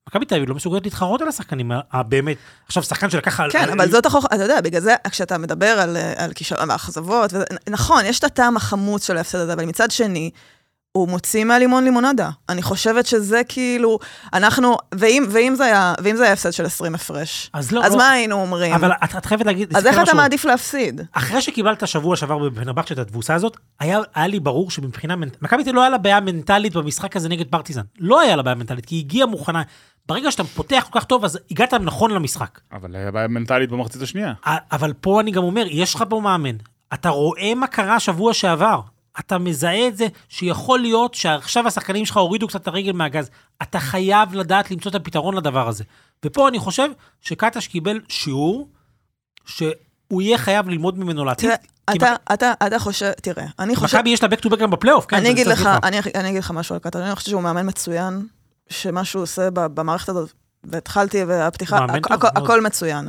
מכבי תל אביב לא מסוגלת להתחרות על השחקנים הבאמת, עכשיו שחקן שלקח... כן, אבל זאת החוכמה, אתה יודע, בגלל זה, כשאתה מדבר על כישרון, האכזבות, נכון, יש את הטעם החמוץ של ההפסד הזה, אבל מצד שני, הוא מוציא מהלימון לימונדה. אני חושבת שזה כאילו, אנחנו, ואם, ואם זה היה, ואם זה היה הפסד של עשרים הפרש, אז, לא, אז לא, מה היינו אומרים? אבל את, את חייבת להגיד... אז איך אתה מעדיף להפסיד? אחרי שקיבלת שבוע שעבר בבנרבחצ'ה את התבוסה הזאת, היה, היה לי ברור שמבחינה, מכבי תל אביב לא היה לה בעיה מנטלית במשחק הזה נגד פרטיזן. לא היה לה בעיה מנטלית, כי היא הגיעה מוכנה. ברגע שאתה פותח כל כך טוב, אז הגעת נכון למשחק. אבל היה בעיה מנטלית במחצית השנייה. אבל פה אני גם אומר, יש לך פה מאמן. אתה רואה מה קרה שבוע שעבר. אתה מזהה את זה שיכול להיות שעכשיו השחקנים שלך הורידו קצת את הרגל מהגז. אתה חייב לדעת למצוא את הפתרון לדבר הזה. ופה אני חושב שקטש קיבל שיעור שהוא יהיה חייב ללמוד ממנו לעתיד. אתה, אתה, אתה חושב, תראה, אני חושב... מכבי יש לה back to back גם בפלייאוף, כן? אני אגיד לך, אני, אני אגיד לך משהו על קטש, אני חושב שהוא מאמן מצוין, שמה שהוא עושה במערכת הזאת, והתחלתי, והפתיחה, הכל מצוין.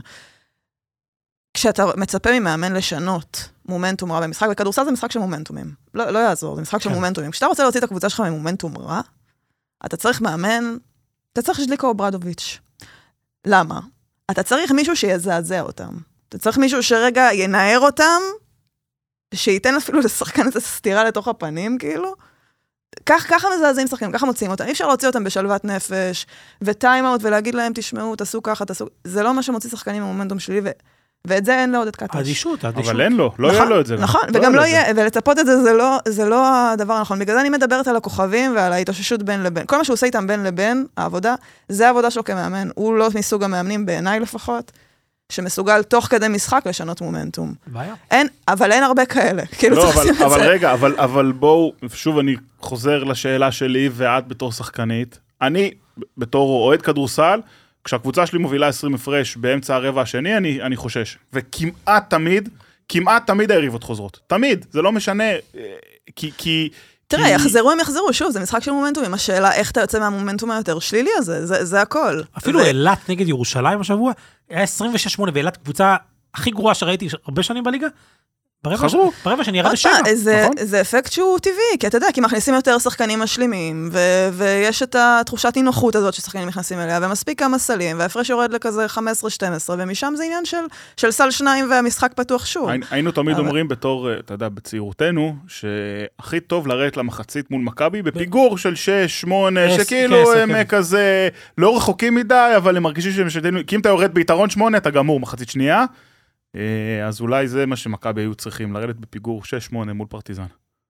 כשאתה מצפה ממאמן לשנות מומנטום רע במשחק, וכדורסל זה משחק של מומנטומים. לא, לא יעזור, זה משחק של מומנטומים. כשאתה רוצה להוציא את הקבוצה שלך ממומנטום רע, אתה צריך מאמן, אתה צריך ז'ליקו ברדוביץ'. למה? אתה צריך מישהו שיזעזע אותם. אתה צריך מישהו שרגע ינער אותם, שייתן אפילו לשחקן את הסתירה לתוך הפנים, כאילו. כך, ככה מזעזעים שחקנים, ככה מוציאים אותם. אי אפשר להוציא אותם בשלוות נפש, וטיימאוט, ולהגיד להם, תשמעו, תעשו ככה, תעשו... זה לא מה שמוציא שחקנים ממומנטום שלי, ו... ואת זה אין לו עוד את קטש. אדישות, אדישות. אבל אין לו, לא יהיה לו את זה. נכון, וגם לא יהיה, ולצפות את זה, זה לא הדבר הנכון. בגלל זה אני מדברת על הכוכבים ועל ההתאוששות בין לבין. כל מה שהוא עושה איתם בין לבין, העבודה, זה העבודה שלו כמאמן. הוא לא מסוג המאמנים, בעיניי לפחות, שמסוגל תוך כדי משחק לשנות מומנטום. בעיה. אין, אבל אין הרבה כאלה. לא, אבל רגע, אבל בואו, שוב אני חוזר לשאלה שלי, ואת בתור שחקנית. אני, בתור אוהד כדורסל, כשהקבוצה שלי מובילה עשרים הפרש באמצע הרבע השני, אני, אני חושש. וכמעט תמיד, כמעט תמיד היריבות חוזרות. תמיד, זה לא משנה, כי... כי תראה, כי... יחזרו הם יחזרו, שוב, זה משחק של מומנטום, עם השאלה איך אתה יוצא מהמומנטום היותר שלילי הזה, זה, זה הכל. אפילו ו... אילת נגד ירושלים השבוע, היה עשרים ושש שמונה, ואילת קבוצה הכי גרועה שראיתי הרבה שנים בליגה, חזרו. ברבע שאני ירד לשבע, נכון? זה אפקט שהוא טבעי, כי אתה יודע, כי מכניסים יותר שחקנים משלימים, ויש את התחושת אי-נוחות הזאת ששחקנים נכנסים אליה, ומספיק כמה סלים, וההפרש יורד לכזה חמש עשרה שתים עשרה, ומשם זה עניין של סל שניים והמשחק פתוח שוב. היינו תמיד אומרים בתור, אתה יודע, בצעירותנו, שהכי טוב לרדת למחצית מול מכבי, בפיגור של שש, שמונה, שכאילו הם כזה לא רחוקים מדי, אבל הם מרגישים שהם שתינו, כי אם אתה יורד ביתרון שמונה, אתה גמור מחצית שנייה. אז אולי זה מה שמכבי היו צריכים, לרדת בפיגור שש שמונה מול פרטיזן.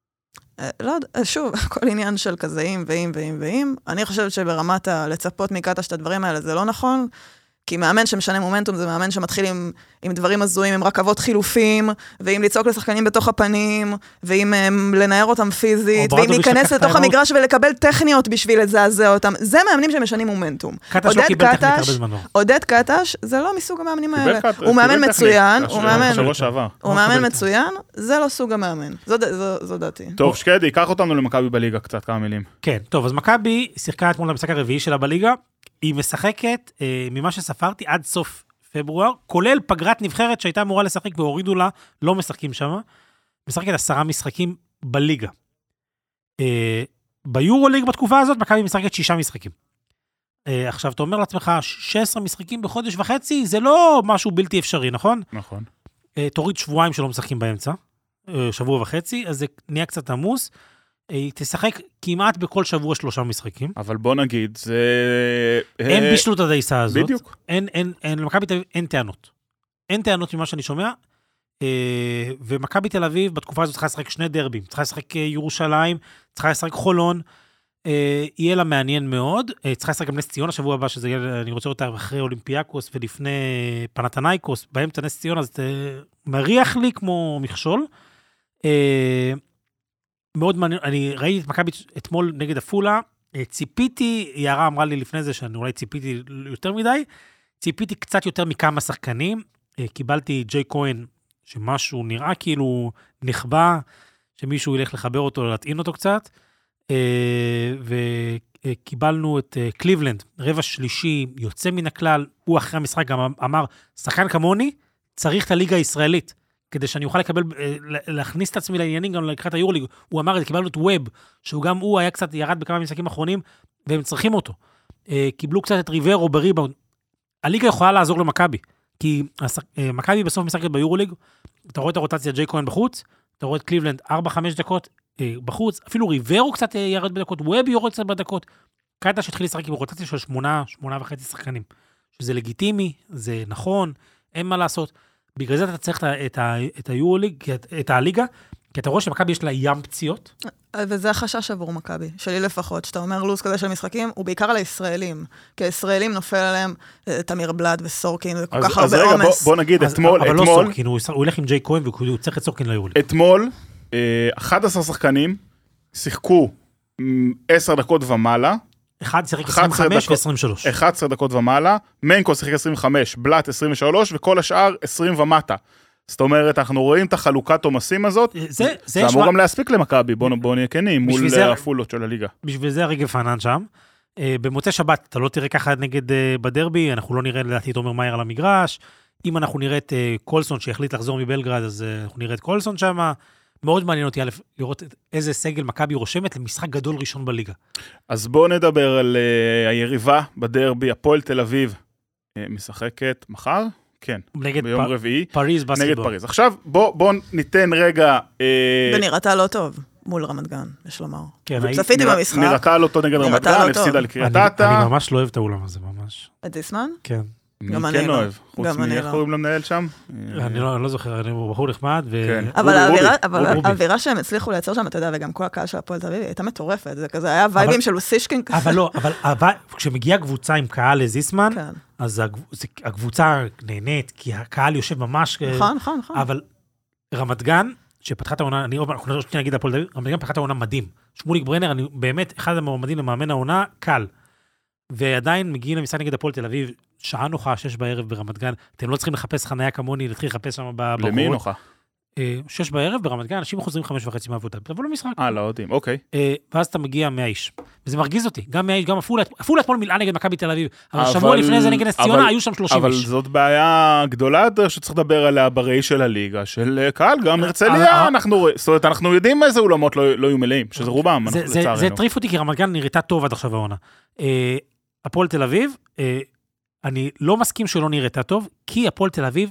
לא, שוב, כל עניין של כזאים ואם ואם ואם, אני חושבת שברמת לצפות מקטש את הדברים האלה זה לא נכון, כי מאמן שמשנה מומנטום זה מאמן שמתחיל עם, עם דברים הזויים, עם רכבות חילופים, ועם לצעוק לשחקנים בתוך הפנים, ועם um, לנער אותם פיזית, ועם להיכנס לתוך המגרש ולקבל טכניות בשביל לזעזע אותם. זה מאמנים שמשנים מומנטום. קטש לא קיבל טכנית הרבה זמן. עודד קטש, זה לא מסוג המאמנים האלה. הוא מאמן מצוין, הוא מאמן, הוא מאמן מצוין, זה לא סוג המאמן. זו דעתי. טוב, שקדי, קח אותנו למכבי בליגה קצת, כמה מילים. כן, טוב, אז מכבי שיחקה אתמול למשחק הרביעי שלה בליגה. היא משחקת, אה, ממה שספרתי, עד סוף פברואר, כולל פגרת נבחרת שהייתה אמורה לשחק והורידו לה, לא משחקים שם, משחקת עשרה משחקים בליגה. אה, ביורוליג בתקופה הזאת, מכבי משחקת שישה משחקים. אה, עכשיו, אתה אומר לעצמך, שש עשרה משחקים בחודש וחצי, זה לא משהו בלתי אפשרי, נכון? נכון. אה, תוריד שבועיים שלא משחקים באמצע, אה, שבוע וחצי, אז זה נהיה קצת עמוס, היא תשחק כמעט בכל שבוע שלושה משחקים. אבל בוא נגיד, זה... אין בשלות הדייסה הזאת. בדיוק. אין, אין, אין, למכבי תל אביב אין טענות. אין טענות ממה שאני שומע, ומכבי תל אביב בתקופה הזאת צריכה לשחק שני דרבים, צריכה לשחק ירושלים, צריכה לשחק חולון, יהיה לה מעניין מאוד, צריכה לשחק גם נס ציון השבוע הבא, שזה יהיה, אני רוצה אותה אחרי אולימפיאקוס ולפני פנתנייקוס, באמצע נס ציון, אז זה מריח לי כמו מכשול. מאוד מעניין, אני ראיתי את מכבי אתמול נגד אפולה, ציפיתי, יערה אמרה לי לפני זה שאני אולי ציפיתי יותר מדי, ציפיתי קצת יותר מכמה שחקנים, קיבלתי ג'יי כהן, שמשהו נראה כאילו נחבא, שמישהו ילך לחבר אותו, להטעין אותו קצת, וקיבלנו את קליבלנד, רבע שלישי, יוצא מן הכלל, הוא אחרי המשחק גם אמר, שחקן כמוני, צריך את הליגה הישראלית, כדי שאני אוכל לקבל, להכניס את עצמי לעניינים גם לקראת היורליג, הוא אמר את זה, קיבלנו את ווב, שהוא גם הוא היה קצת ירד בכמה משחקים אחרונים, והם צריכים אותו. קיבלו קצת את ריברו בריבאונד. הליגה יכולה לעזור למכבי, כי מכבי בסוף משחקת ביורוליג, אתה רואה את הרוטציה ג'יי כהן בחוץ, אתה רואה את קליבלנד ארבע חמש דקות בחוץ, אפילו ריברו קצת ירד בדקות, וובי יורד קצת בדקות, קייטה שהתחיל לשחק עם רוטציה של שמונה, שמונה וחצי שחקנים, שזה לגיטימי, זה נכון, אין מה לעשות, בגלל זה אתה צריך את היורוליג, את הליגה, כי אתה רואה שמכבי יש לה ים פציעות. וזה החשש עבור מכבי, שלי לפחות, שאתה אומר לו"ז כזה של משחקים, הוא בעיקר על הישראלים, כי הישראלים נופל עליהם תמיר בלאד וסורקין, וכל כך הרבה עומס. אז רגע, בוא נגיד, אתמול... אבל לא סורקין, הוא ילך עם ג'יי כהן, והוא צריך את סורקין ליורוליג. אתמול, אחד עשר שחקנים שיחקו עשר דקות ומעלה, אחד שיחק עשרים וחמש ו-עשרים ושלוש. אחת עשרה דקות ומעלה, מנקו שיחק עשרים וחמש, בלאט עשרים ושלוש, וכל השאר עשרים ומטה. זאת אומרת, אנחנו רואים את החלוקת עומסים הזאת, זה, זה אמור גם להספיק למכבי, בואו נהיה כנים, מול הפולות של הליגה. בשביל זה הרגל פנן שם. במוצאי שבת, אתה לא תראה ככה נגד בדרבי, אנחנו לא נראה לדעתי את עומר מאייר על המגרש, אם אנחנו נראה את קולסון שהחליט לחזור מבלגרד, אז אנחנו נראה את קולסון שם, מאוד מעניין אותי לראות איזה סגל מכבי רושמת למשחק גדול ראשון בליגה. אז בואו נדבר על היריבה בדרבי, הפועל תל אביב, משחקת מחר? כן, ביום רביעי, פריז בסקטבול. נגד פריז. עכשיו, בוא ניתן רגע... ונראתה לא טוב, מול רמת גן, יש לומר. כן, צפיתי במשחק. נראתה לא טוב נגד רמת גן, הפסידה לקריית אתא. אני ממש לא אוהב את האולם הזה, ממש. את זיסמן? כן. מי כן אוהב? חוץ מאיך קוראים למנהל שם? אני לא זוכר, אני בחור נחמד. אבל האווירה שהם הצליחו לייצר שם, אתה יודע, וגם כל הקהל של הפועל תל אביב, הייתה מטורפת, זה כזה, היה וייבים של אוסישקין כזה. אבל לא, אבל כשמגיעה קבוצה עם קהל לזיסמן, אז הקבוצה נהנית, כי הקהל יושב ממש... נכון, נכון, נכון. אבל רמת גן, שפתחה את העונה, אני רוצה להגיד הפועל תל אביב, רמת גן פתחה את העונה מדהים. שמוליק ברנר, אני באמת אחד המועמדים למאמן העונה, קל. ועדיין מגיעים למשחק נגד הפועל תל אביב, שעה נוחה, שש בערב ברמת גן, אתם לא צריכים לחפש חניה כמוני, להתחיל לחפש שם ברחובות. למי נוחה? שש בערב ברמת גן, אנשים חוזרים חמש וחצי מהעבודה, אבל לא משחק. אה, לא יודעים, אוקיי. ואז אתה מגיע מאה איש, וזה מרגיז אותי, גם מאה איש, גם אפולה, אפולה אתמול מילאה נגד מכבי תל אביב, אבל שבוע לפני זה נגד נס ציונה, היו שם שלושים איש. אבל זאת בעיה גדולה יותר שצריך לדבר עליה בראי של הליגה, של קהל, גם הרצליה, זאת אומרת, אנחנו יודעים איזה אולמות לא יהיו מלאים, שזה רובם, לצערנו. זה טריף אותי, כי רמת גן נראתה טוב עד עכשיו העונה. הפועל תל אביב, אני לא מסכים שלא נראתה טוב, כי הפועל תל אביב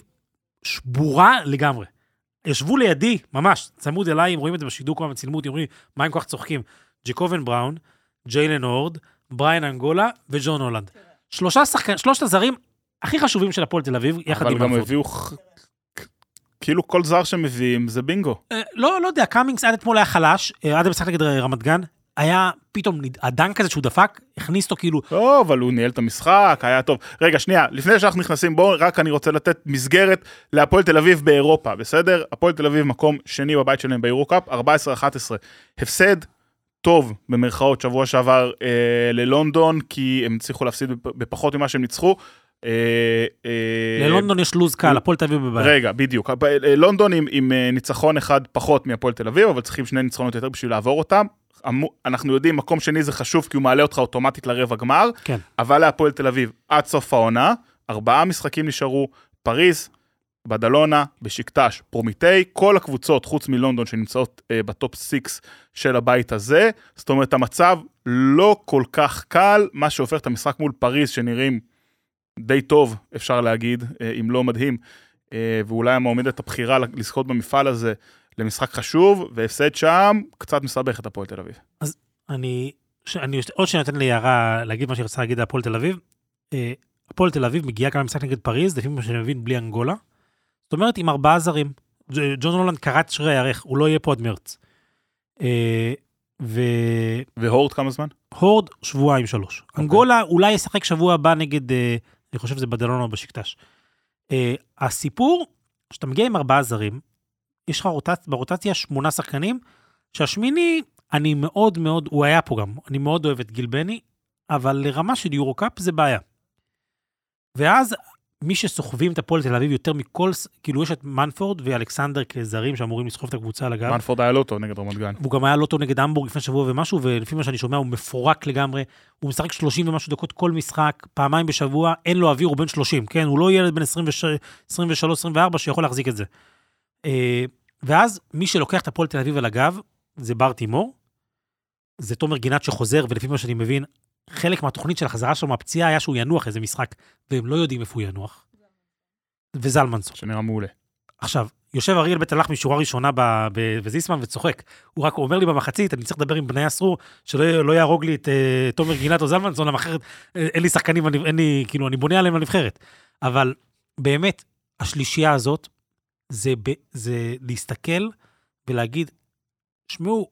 שבורה לגמרי. ישבו לידי, ממש, צמוד אליי, אם רואים את זה בשידור, כל צילמו אותי, אומרים, מה הם כל כך צוחקים? ג'קובן בראון, ג'יילן הורד, בריין אנגולה וג'ון הולנד. שלושה שחקנים, שלושת הזרים הכי חשובים של הפועל תל אביב, יחד עם... אבל גם הביאו, כאילו כל זר שמביאים, זה בינגו. לא, לא יודע, קאמינגס עד אתמול היה חלש, עד המשחק נגד רמת גן, היה פתאום הדנק הזה שהוא דפק, הכניס אותו כאילו... טוב, אבל הוא ניהל את המשחק, היה טוב. רגע, שנייה, לפני שאנחנו נכנסים בו, רק אני רוצה לתת מסגרת להפועל תל אביב באירופה, בסדר? הפועל תל אביב מקום שני בבית שלהם באירוקאפ, ארבע עשרה אחת עשרה. הפסד טוב, במרכאות, שבוע שעבר אה, ללונדון, כי הם צריכו להפסיד בפחות ממה שהם ניצחו. אה, אה, ללונדון יש לוז קל, הפועל תל אביב בבית. רגע, בדיוק. לונדון עם, עם ניצחון אחד פחות מהפועל תל אביב, אבל צריכים שני ניצחונות יותר בשביל לעבור אותם. אנחנו יודעים, מקום שני זה חשוב, כי הוא מעלה אותך אוטומטית לרבע גמר, כן. אבל להפועל תל אביב, עד סוף העונה, ארבעה משחקים נשארו, פריז, בדלונה, בשקטש, פרומיטי, כל הקבוצות, חוץ מלונדון, שנמצאות אה, בטופ סיקס של הבית הזה, זאת אומרת, המצב לא כל כך קל, מה שהופך את המשחק מול פריז, שנראים די טוב, אפשר להגיד, אה, אם לא מדהים, אה, ואולי המועמדת הבחירה לזכות במפעל הזה, למשחק חשוב, והפסד שם, קצת מסבך את הפועל תל אביב. אז אני, אני עוד שנתן לי הערה להגיד מה שרצה להגיד על הפועל תל אביב. הפועל תל אביב מגיעה גם למשחק נגד פריז, לפי מה שאני מבין, בלי אנגולה. זאת אומרת, עם ארבעה זרים. ג'ון הולנד קראת שרי הירך, הוא לא יהיה פה עד מרץ. ו... והורד כמה זמן? הורד שבועיים שלוש. Okay. אנגולה אולי ישחק שבוע הבא נגד, אני חושב שזה בדלונה או בשקטש. הסיפור, שאתה מגיע עם ארבעה זרים, יש לך רוטצ... ברוטציה שמונה שחקנים, שהשמיני, אני מאוד מאוד, הוא היה פה גם, אני מאוד אוהב את גיל בני, אבל לרמה של יורוקאפ זה בעיה. ואז מי שסוחבים את הפועל תל אביב יותר מכל, כאילו יש את מנפורד ואלכסנדר כזרים שאמורים לסחוב את הקבוצה על הגב. מנפורד היה לא טוב נגד רמת גן. הוא גם היה לא טוב נגד המבורג לפני שבוע ומשהו, ולפי מה שאני שומע הוא מפורק לגמרי, הוא משחק שלושים ומשהו דקות כל משחק, פעמיים בשבוע, אין לו אוויר, הוא בן שלושים, כן? הוא לא ילד בן עשרים ושלוש עשרים וארבע שיכול להחזיק את זה. ואז מי שלוקח את הפועל תל אביב על הגב, זה בר תימור, זה תומר גינת שחוזר, ולפי מה שאני מבין, חלק מהתוכנית של החזרה שלו מהפציעה היה שהוא ינוח איזה משחק, והם לא יודעים איפה הוא ינוח. וזלמנסון. שנראה מעולה. עכשיו, יושב אריאל בית הלך משורה ראשונה בזיסמן וצוחק. הוא רק אומר לי במחצית, אני צריך לדבר עם בני אסרו, שלא לא יהרוג לי את uh, תומר גינת או זלמנסון, המחרת, אין לי שחקנים, אין לי, כאילו, אני בונה עליהם לנבחרת. אבל באמת, השלישייה הזאת, זה, ב, זה להסתכל ולהגיד, שמעו,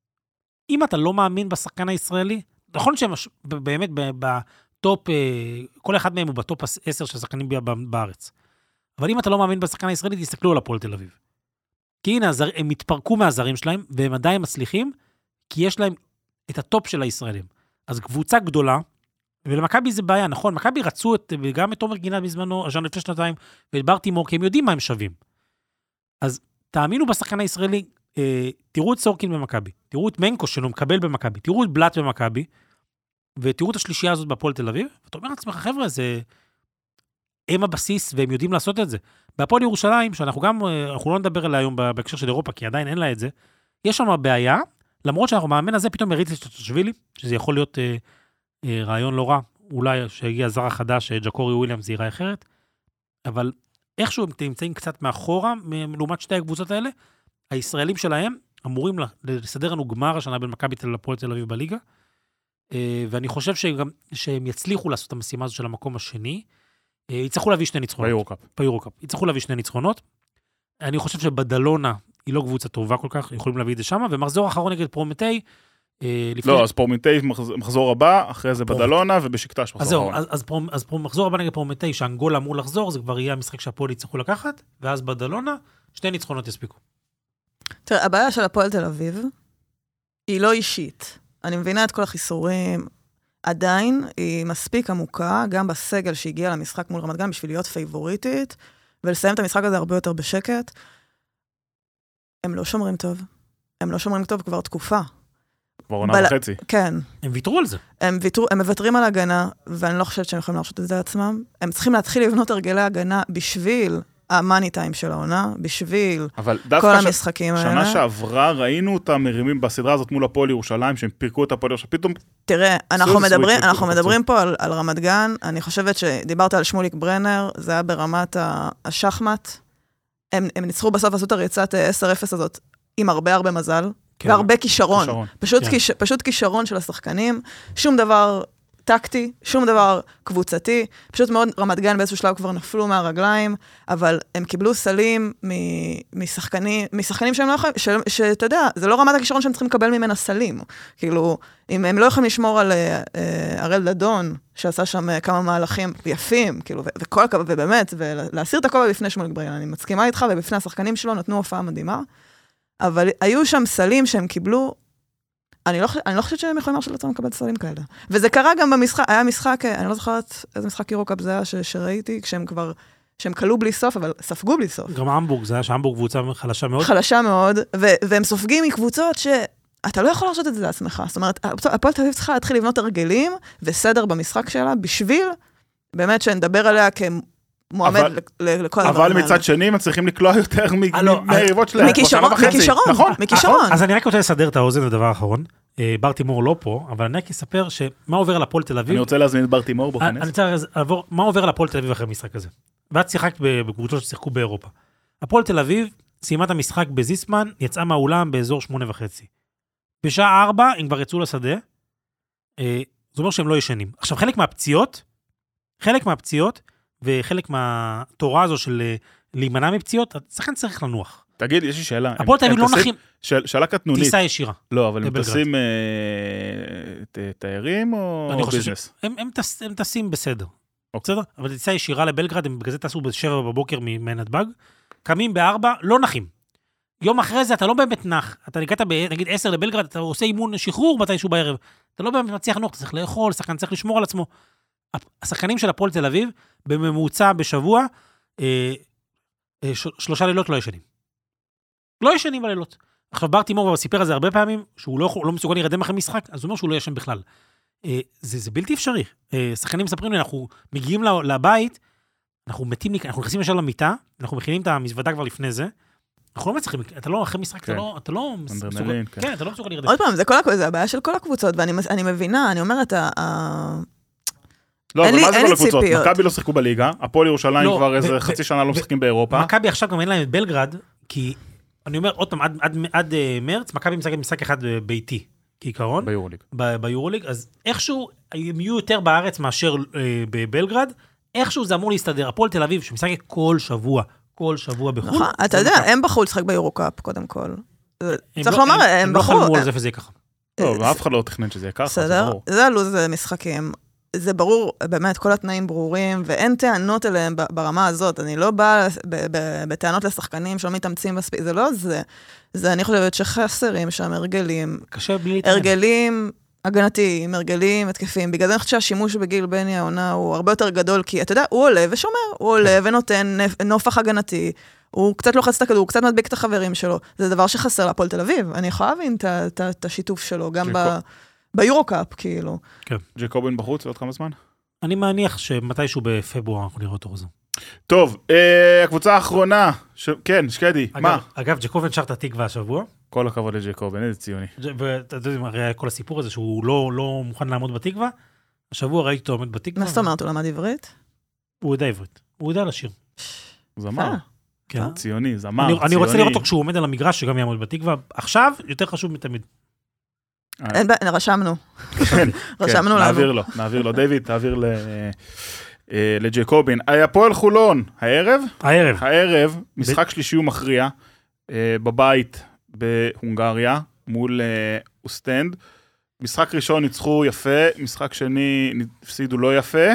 אם אתה לא מאמין בשחקן הישראלי, נכון שהם באמת בטופ, כל אחד מהם הוא בטופ עשר של שחקנים בארץ. אבל אם אתה לא מאמין בשחקן הישראלי, תסתכלו על הפועל תל אביב. כי הנה, הם התפרקו מהזרים שלהם, והם עדיין מצליחים, כי יש להם את הטופ של הישראלים. אז קבוצה גדולה, ולמכבי זה בעיה, נכון, מכבי רצו את, גם את תומר גינת בזמנו, הז'אן לפני שנתיים, ואת בר תימור, כי הם יודעים מה הם שווים. אז תאמינו בשחקן הישראלי, אה, תראו את סורקין במכבי, תראו את מנקו שלו מקבל במכבי, תראו את בלט במכבי, ותראו את השלישייה הזאת בפועל תל אביב, ואתה אומר לעצמך, חבר'ה, זה הם הבסיס, והם יודעים לעשות את זה. בהפועל ירושלים, שאנחנו גם, אנחנו לא נדבר עליה היום בהקשר של אירופה, כי עדיין אין לה את זה, יש שם בעיה, למרות שאנחנו מאמן הזה פתאום מריץ את תושבילי, שזה יכול להיות אה, אה, רעיון לא רע, אולי שהגיע זר החדש, ג'קורי וויליאמס, זה ייראה אחרת, אבל איכשהו הם נמצאים קצת מאחורה, לעומת שתי הקבוצות האלה, הישראלים שלהם אמורים לסדר לנו גמר השנה בין מכבי תל הפועל תל אביב בליגה, אה, ואני חושב שגם, שהם יצליחו לעשות את המשימה הזו של המקום השני, יצטרכו להביא שני ניצחונות. ביורוקאפ. ביורוקאפ. יצטרכו להביא שני ניצחונות. אני חושב שבדלונה היא לא קבוצה טובה כל כך, יכולים להביא את זה שמה, ומחזור האחרון נגד פרומטי, לא, אז פרומטי מחזור הבא, אחרי זה בדלונה, ובשקטש מחזור האחרון. אז מחזור הבא נגד פרומטי, שאנגולה אמור לחזור, זה כבר יהיה המשחק שהפועל יצטרכו לקחת, ואז בדלונה, שני ניצחונות יספיקו. תראה, הבעיה של הפועל תל אביב, היא לא אישית. אני מבינה את כל החיסורים, עדיין היא מספיק עמוקה, גם בסגל שהגיע למשחק מול רמת גן, בשביל להיות פייבוריטית, ולסיים את המשחק הזה הרבה יותר בשקט. הם לא שומרים טוב. הם לא שומרים טוב כבר תקופה. כבר עונה וחצי. כן. הם ויתרו על זה. הם ויתרו, הם מוותרים על הגנה, ואני לא חושבת שהם יכולים להרשות את זה לעצמם. הם צריכים להתחיל לבנות הרגלי הגנה בשביל המאני טיים של העונה, בשביל כל המשחקים האלה. שנה שעברה ראינו אותם מרימים בסדרה הזאת מול הפועל ירושלים, שהם פירקו את הפועל ירושלים, פתאום... תראה, אנחנו מדברים, אנחנו מדברים פה על, על רמת גן, אני חושבת שדיברת על שמוליק ברנר, זה היה ברמת השחמט, הם, הם ניצחו בסוף לעשות הריצת עשר אפס הזאת, עם הרבה הרבה מזל, כן. והרבה כישרון, כישרון. פשוט, כן. כיש, פשוט כישרון של השחקנים, שום דבר... טקטי, שום דבר קבוצתי, פשוט מאוד רמת גן באיזשהו שלב כבר נפלו מהרגליים, אבל הם קיבלו סלים משחקנים, משחקנים שהם לא יכולים, שאתה יודע, זה לא רמת הכישרון שהם צריכים לקבל ממנה סלים. כאילו, אם הם לא יכולים לשמור על הראל דדון, שעשה שם כמה מהלכים יפים, כאילו, וכל הכבוד, ובאמת, ולהסיר את הכובע בפני שמוליק ברנר, אני מסכימה איתך, ובפני השחקנים שלו נתנו הופעה מדהימה, אבל היו שם סלים שהם קיבלו, אני לא, אני לא חושבת שהם יכולים להרשות לעצמם לקבל סלים כאלה. וזה קרה גם במשחק, היה משחק, אני לא זוכרת איזה משחק יורוקאפ זה היה ש, שראיתי, כשהם כבר, שהם קלו בלי סוף, אבל ספגו בלי סוף. גם המבורג, זה היה שהמבורג קבוצה חלשה מאוד. חלשה מאוד, ו, והם סופגים מקבוצות שאתה לא יכול להרשות את זה לעצמך. זאת אומרת, הפועל תל אביב צריכה להתחיל לבנות הרגלים וסדר במשחק שלה, בשביל באמת שנדבר עליה כ... מועמד לכל הדברים האלה. אבל מצד שני, הם צריכים לקלוע יותר מהיריבות שלהם. מכישרון, מכישרון, מכישרון. אז אני רק רוצה לסדר את האוזן לדבר האחרון. בר תימור לא פה, אבל אני רק אספר שמה עובר על הפועל תל אביב. אני רוצה להזמין את בר תימור בכנס. אני רוצה לעבור, מה עובר על הפועל תל אביב אחרי המשחק הזה? ואת שיחקת בקבוצות ששיחקו באירופה. הפועל תל אביב סיימה את המשחק בזיסמן, יצאה מהאולם באזור שמונה וחצי. בשעה ארבע, הם כבר יצאו לשדה. זאת אומרת שהם לא ישנים. עכשיו, חלק מהפציעות, חלק מהפציעות, וחלק מהתורה הזו של להימנע מפציעות, השחקן צריך לנוח. תגיד, יש לי שאלה. הפועל תל אביב לא נחים. שאלה קטנונית. טיסה ישירה. לא, אבל הם טסים תיירים או ביזנס? הם טסים בסדר. בסדר? אבל טיסה ישירה לבלגרד, הם בגלל זה טסו בשבע בבוקר מנתב"ג, קמים בארבע, לא נחים. יום אחרי זה אתה לא באמת נח. אתה הגעת נגיד עשר לבלגרד, אתה עושה אימון שחרור מתישהו בערב. אתה לא באמת מצליח לנוח, אתה צריך לאכול, שחקן צריך לשמור על עצמו. השחקנים של הפועל תל אביב, בממוצע בשבוע, אה, אה, שלושה לילות לא ישנים. לא ישנים בלילות. עכשיו, בר תימור סיפר על זה הרבה פעמים, שהוא לא, לא מסוגל להירדם אחרי משחק, אז הוא אומר שהוא לא ישן בכלל. אה, זה, זה בלתי אפשרי. אה, שחקנים מספרים לי, אנחנו מגיעים לבית, אנחנו מתים, אנחנו נכנסים ישר למיטה, אנחנו מכינים את המזוודה כבר לפני זה, אנחנו לא מצליחים, אתה לא, אחרי משחק, אתה לא, אתה לא, אנדרנלין, כן. כן, אתה לא מסוגל להירדם. עוד פעם, זה כל הקבוצות, זה הבעיה של כל הקבוצות, ואני מבינה, אני אומרת, לא, אבל מה זה אין כל לי הקבוצות? ציפיות. מכבי לא שיחקו בליגה, הפועל ירושלים לא, כבר איזה ו- חצי ו- שנה לא משחקים באירופה. מכבי עכשיו גם אין להם את בלגרד, כי אני אומר עוד פעם, עד, עד, עד uh, מרץ, מכבי משחקת משחק אחד uh, ביתי, כעיקרון, ביורוליג. ב- ביורוליג, אז איכשהו הם יהיו יותר בארץ מאשר uh, בבלגרד, איכשהו זה אמור להסתדר. הפועל תל אביב, שמשחק כל שבוע, כל שבוע בחו"ל. נכון, אתה יודע, הם בחרו לשחק ביורוקאפ, קודם כל. צריך לא, לומר, הם הם לא בחרו. חלמו על זה וזה ככה. לא, ואף אחד לא תכנן שזה יהיה ככה, זה בסדר, ברור. זה הלוז משחקים. זה ברור, באמת, כל התנאים ברורים, ואין טענות אליהם ברמה הזאת. אני לא באה בטענות לשחקנים שלא מתאמצים מספיק, זה לא זה. זה אני חושבת שחסרים שם הרגלים. קשה בלי להתאמן. הרגלים הגנתיים, הרגלים התקפים. בגלל זה אני חושבת שהשימוש בגיל בני העונה הוא הרבה יותר גדול, כי אתה יודע, הוא עולה ושומר, הוא עולה ונותן נופח הגנתי, הוא קצת לוחץ את הכדור, הוא קצת מדביק את החברים שלו. זה דבר שחסר להפועל תל אביב. אני יכולה להבין את השיתוף שלו, גם ביורוקאפ, כאילו. כן. ג'קובן בחוץ עוד כמה זמן? אני מניח שמתישהו בפברואר אנחנו נראה אותו חוזר. טוב, אה, הקבוצה האחרונה, ש... כן, שקדי, אגב, מה? אגב, ג'קובן שר את התקווה השבוע, כל הכבוד לג'קובן, איזה ציוני. ואתה יודע, הרי כל הסיפור הזה שהוא לא, לא מוכן לעמוד בתקווה, השבוע ראיתי אותו עומד בתקווה. מה זאת אומרת, הוא למד עברית? הוא יודע עברית, הוא יודע לשיר. זמר, כן. ציוני, זמר, אני, ציוני. אני רוצה לראות אותו כשהוא עומד על המגרש, שגם יעמוד בתקווה. עכשיו, יותר חשוב מתמיד. אין בעיה, רשמנו. רשמנו לנו. נעביר לו, נעביר לו. דיוויד, תעביר לג'קובן. הפועל חולון, הערב? הערב. הערב, משחק שלישי ומכריע, בבית בהונגריה, מול אוסטנד. משחק ראשון ניצחו יפה, משחק שני הפסידו לא יפה.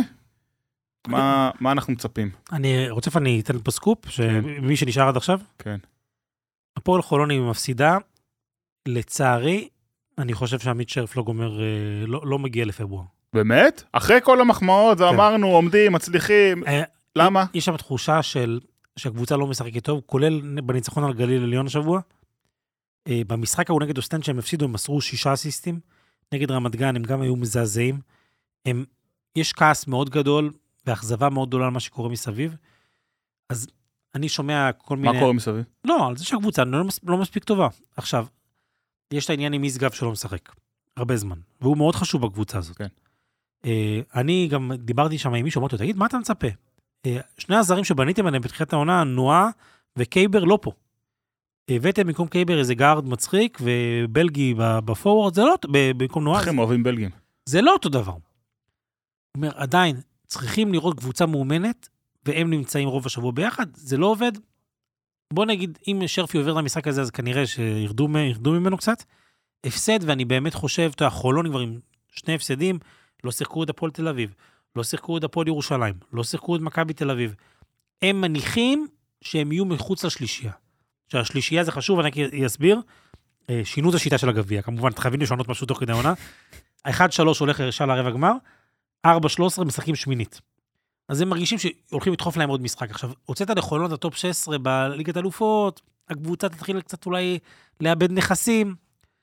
מה אנחנו מצפים? אני רוצה אני אתן פה סקופ, שמי שנשאר עד עכשיו. כן. הפועל חולון היא מפסידה, לצערי, אני חושב שעמית שרפלוג אומר, לא, לא מגיע לפברואר. באמת? אחרי כל המחמאות, כן. אמרנו, עומדים, מצליחים, אה, למה? יש שם תחושה של, שהקבוצה לא משחקת טוב, כולל בניצחון על גליל עליון השבוע. אה, במשחק ההוא נגד אוסטנד שהם הפסידו, הם מסרו שישה אסיסטים, נגד רמת גן הם גם היו מזעזעים. הם, יש כעס מאוד גדול, ואכזבה מאוד גדולה על מה שקורה מסביב. אז אני שומע כל מיני... מה קורה מסביב? לא, על זה שהקבוצה לא, לא מספיק טובה. עכשיו, יש את העניין עם משגב שלא משחק, הרבה זמן, והוא מאוד חשוב בקבוצה הזאת. כן. אה, אני גם דיברתי שם עם מישהו, אמרתי לו, תגיד, מה אתה מצפה? אה, שני הזרים שבניתם עליהם בתחילת העונה, נועה וקייבר לא פה. הבאתם במקום קייבר איזה גארד מצחיק, ובלגי בפורוורד, זה לא, במקום נועה. איך הם אוהבים בלגים? זה לא אותו דבר. הוא אומר, עדיין, צריכים לראות קבוצה מאומנת, והם נמצאים רוב השבוע ביחד, זה לא עובד. בוא נגיד, אם שרפי עובר למשחק הזה, אז כנראה שירדו ממנו קצת. הפסד, ואני באמת חושב, אתה חולון כבר עם שני הפסדים, לא שיחקו את הפועל תל אביב, לא שיחקו את הפועל ירושלים, לא שיחקו את מכבי תל אביב. הם מניחים שהם יהיו מחוץ לשלישייה. שהשלישייה זה חשוב, אני אסביר. שינו את השיטה של הגביע, כמובן, חייבים לשנות משהו תוך כדי העונה. ה-אחד שלוש הולך ישר לרבע גמר, ארבע שלוש עשרה משחקים שמינית. אז הם מרגישים שהולכים לדחוף להם עוד משחק. עכשיו, הוצאת לחולון את הטופ שש עשרה בליגת אלופות, הקבוצה תתחיל קצת אולי לאבד נכסים.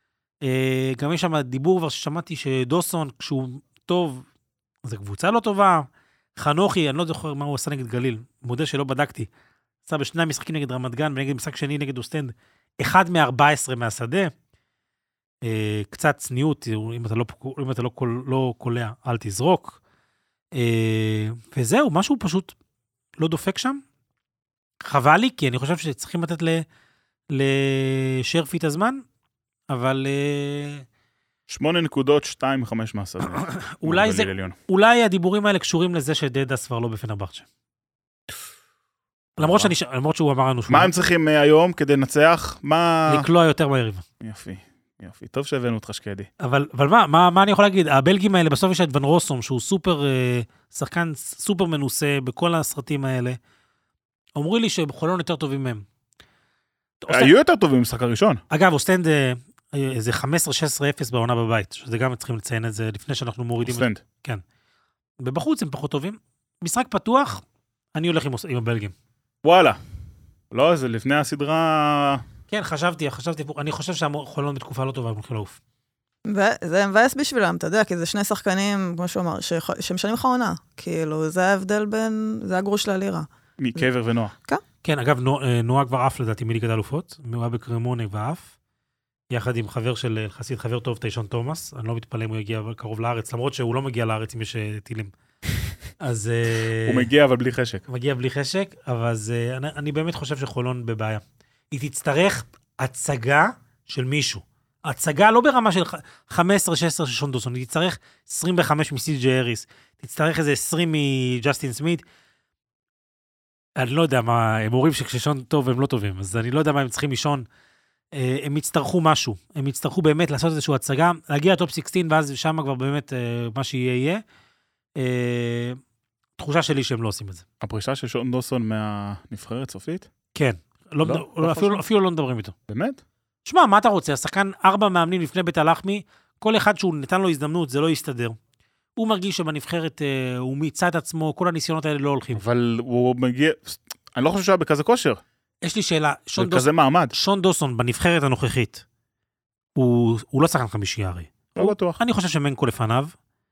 גם יש שם דיבור כבר ששמעתי שדוסון, כשהוא טוב, אז הקבוצה לא טובה. חנוכי, אני לא זוכר מה הוא עשה נגד גליל, מודה שלא בדקתי. עשה בשני המשחקים נגד רמת גן, ונגד משחק שני נגד אוסטנד, אחד מ-ארבע עשרה מהשדה. קצת צניעות, אם אתה לא, אם אתה לא, לא קולע, אל תזרוק. וזהו, משהו פשוט לא דופק שם. חבל לי, כי אני חושב שצריכים לתת לשרפי את הזמן, אבל... שמונה נקודות, שתיים וחמש מהשדה. אולי זה, אולי הדיבורים האלה קשורים לזה שדדס כבר לא בפנרבחצ'ה. למרות שאני, למרות שהוא אמר לנו... מה הם צריכים היום כדי לנצח? מה... לקלוע יותר ביריב. יפי. יופי, טוב שהבאנו אותך שקדי. אבל, אבל מה, מה, מה אני יכול להגיד? הבלגים האלה, בסוף יש את ון רוסום, שהוא סופר, שחקן סופר מנוסה בכל הסרטים האלה. אומרים לי שבחולון יותר טובים מהם. היו יותר טובים במשחק הראשון. אגב, אוסטנד איזה חמש עשרה שש עשרה אפס בעונה בבית, שזה גם צריכים לציין את זה לפני שאנחנו מורידים. אוסטנד. כן. ובחוץ הם פחות טובים. משחק פתוח, אני הולך עם, עם הבלגים. וואלה. לא, זה לפני הסדרה... כן, חשבתי, חשבתי, אני חושב שהחולון בתקופה לא טובה, מולכי לעוף. וזה מבאס בשבילם, אתה יודע, כי זה שני שחקנים, כמו שהוא אמר, שמשנים לך עונה. כאילו, זה ההבדל בין, זה הגרוש ללירה. מקבר ונוח. כן, כן, אגב, נועה כבר עף לדעתי מליגת האלופות, הוא היה בקרמונה ועף, יחד עם חבר של חסיד, חבר טוב, טיישון תומאס, אני לא מתפלא אם הוא יגיע קרוב לארץ, למרות שהוא לא מגיע לארץ אם יש טילים. אז... הוא מגיע אבל בלי חשק. הוא מגיע בלי חשק, אבל זה, אני, אני באמת חושב שחולון בבעיה. היא תצטרך הצגה של מישהו. הצגה לא ברמה של חמש עשרה שש עשרה של שון דוסון, היא תצטרך עשרים וחמש מסי ג'י אריס, תצטרך איזה עשרים מג'סטין סמית. אני לא יודע מה, הם אומרים שכששון טוב הם לא טובים, אז אני לא יודע מה הם צריכים לישון. הם יצטרכו משהו, הם יצטרכו באמת לעשות איזושהי הצגה, להגיע לטופ שש עשרה, ואז שם כבר באמת מה שיהיה יהיה. תחושה שלי שהם לא עושים את זה. הפרישה של שון דוסון מהנבחרת סופית? כן, לא, לא, לא אפילו, אפילו לא מדברים איתו. באמת? שמע, מה אתה רוצה? השחקן ארבע מאמנים לפני בית הלחמי, כל אחד שהוא נתן לו הזדמנות, זה לא יסתדר. הוא מרגיש שבנבחרת הוא מיצה את עצמו, כל הניסיונות האלה לא הולכים. אבל הוא מגיע, אני לא חושב שהוא היה בכזה כושר. יש לי שאלה, שון, דוס... מעמד. שון דוסון בנבחרת הנוכחית, הוא, הוא לא שחקן חמישי הרי. לא הוא, בטוח. אני חושב שמנקו לפניו,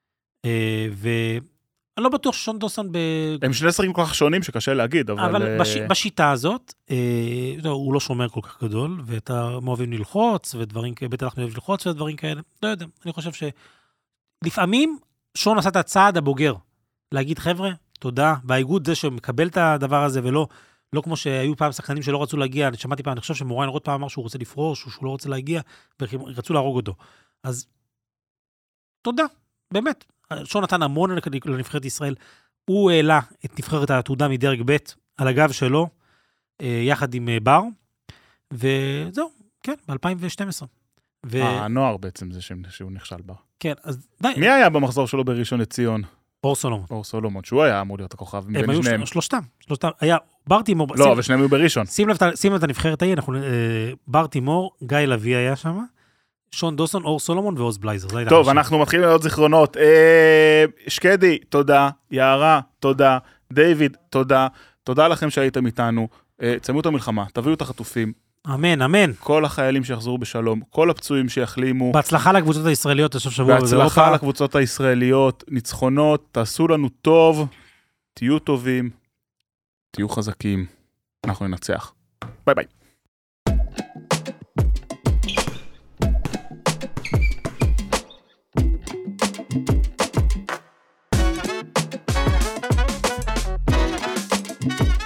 ואני לא בטוח ששון דוסון ב... הם שני שחקים כל כך שונים שקשה להגיד, אבל... אבל בש... בשיטה הזאת, הוא לא שומר כל כך גדול, ואתה אוהבים ללחוץ, ודברים כאלה, בית הלחמי אוהב ללחוץ ודברים כאלה, לא יודע, אני חושב שלפעמים שון עשה את הצעד הבוגר, להגיד חבר'ה, תודה, והאיגוד זה שמקבל את הדבר הזה, ולא לא כמו שהיו פעם שחקנים שלא רצו להגיע, אני שמעתי פעם, אני חושב שמוריין עוד פעם אמר שהוא רוצה לפרוש, או שהוא לא רוצה להגיע, ורצו להרוג אותו. אז תודה, באמת. שון נתן המון לנבחרת ישראל, הוא העלה את נבחרת העתודה מדרג ב' על הגב שלו, יחד עם בר, וזהו, כן, ב-אלפיים ושתים עשרה. אה, הנוער בעצם זה שהוא נכשל בר. כן, אז די. מי היה במחזור שלו בראשון לציון? אור סולומון. אור סולומון, שהוא היה אמור להיות הכוכב הם היו שלושתם, שלושתם, היה בר תימור. לא, אבל שניהם היו בראשון. שים לב את הנבחרת ההיא, בר תימור, גיא לוי היה שם, שון דוסון, אור סולומון ועוז בלייזר. טוב, אנחנו מתחילים לעוד זיכרונות. שקדי, תודה. יערה, תודה. דיוויד, תודה. תודה לכם שהייתם איתנו. ציימו את המלחמה, תביאו את החטופים. אמן, אמן. כל החיילים שיחזרו בשלום, כל הפצועים שיחלימו. בהצלחה לקבוצות הישראליות, בסוף שבוע. בהצלחה לקבוצות הישראליות, ניצחונות, תעשו לנו טוב, תהיו טובים, תהיו חזקים, אנחנו ננצח. ביי ביי. Thank you.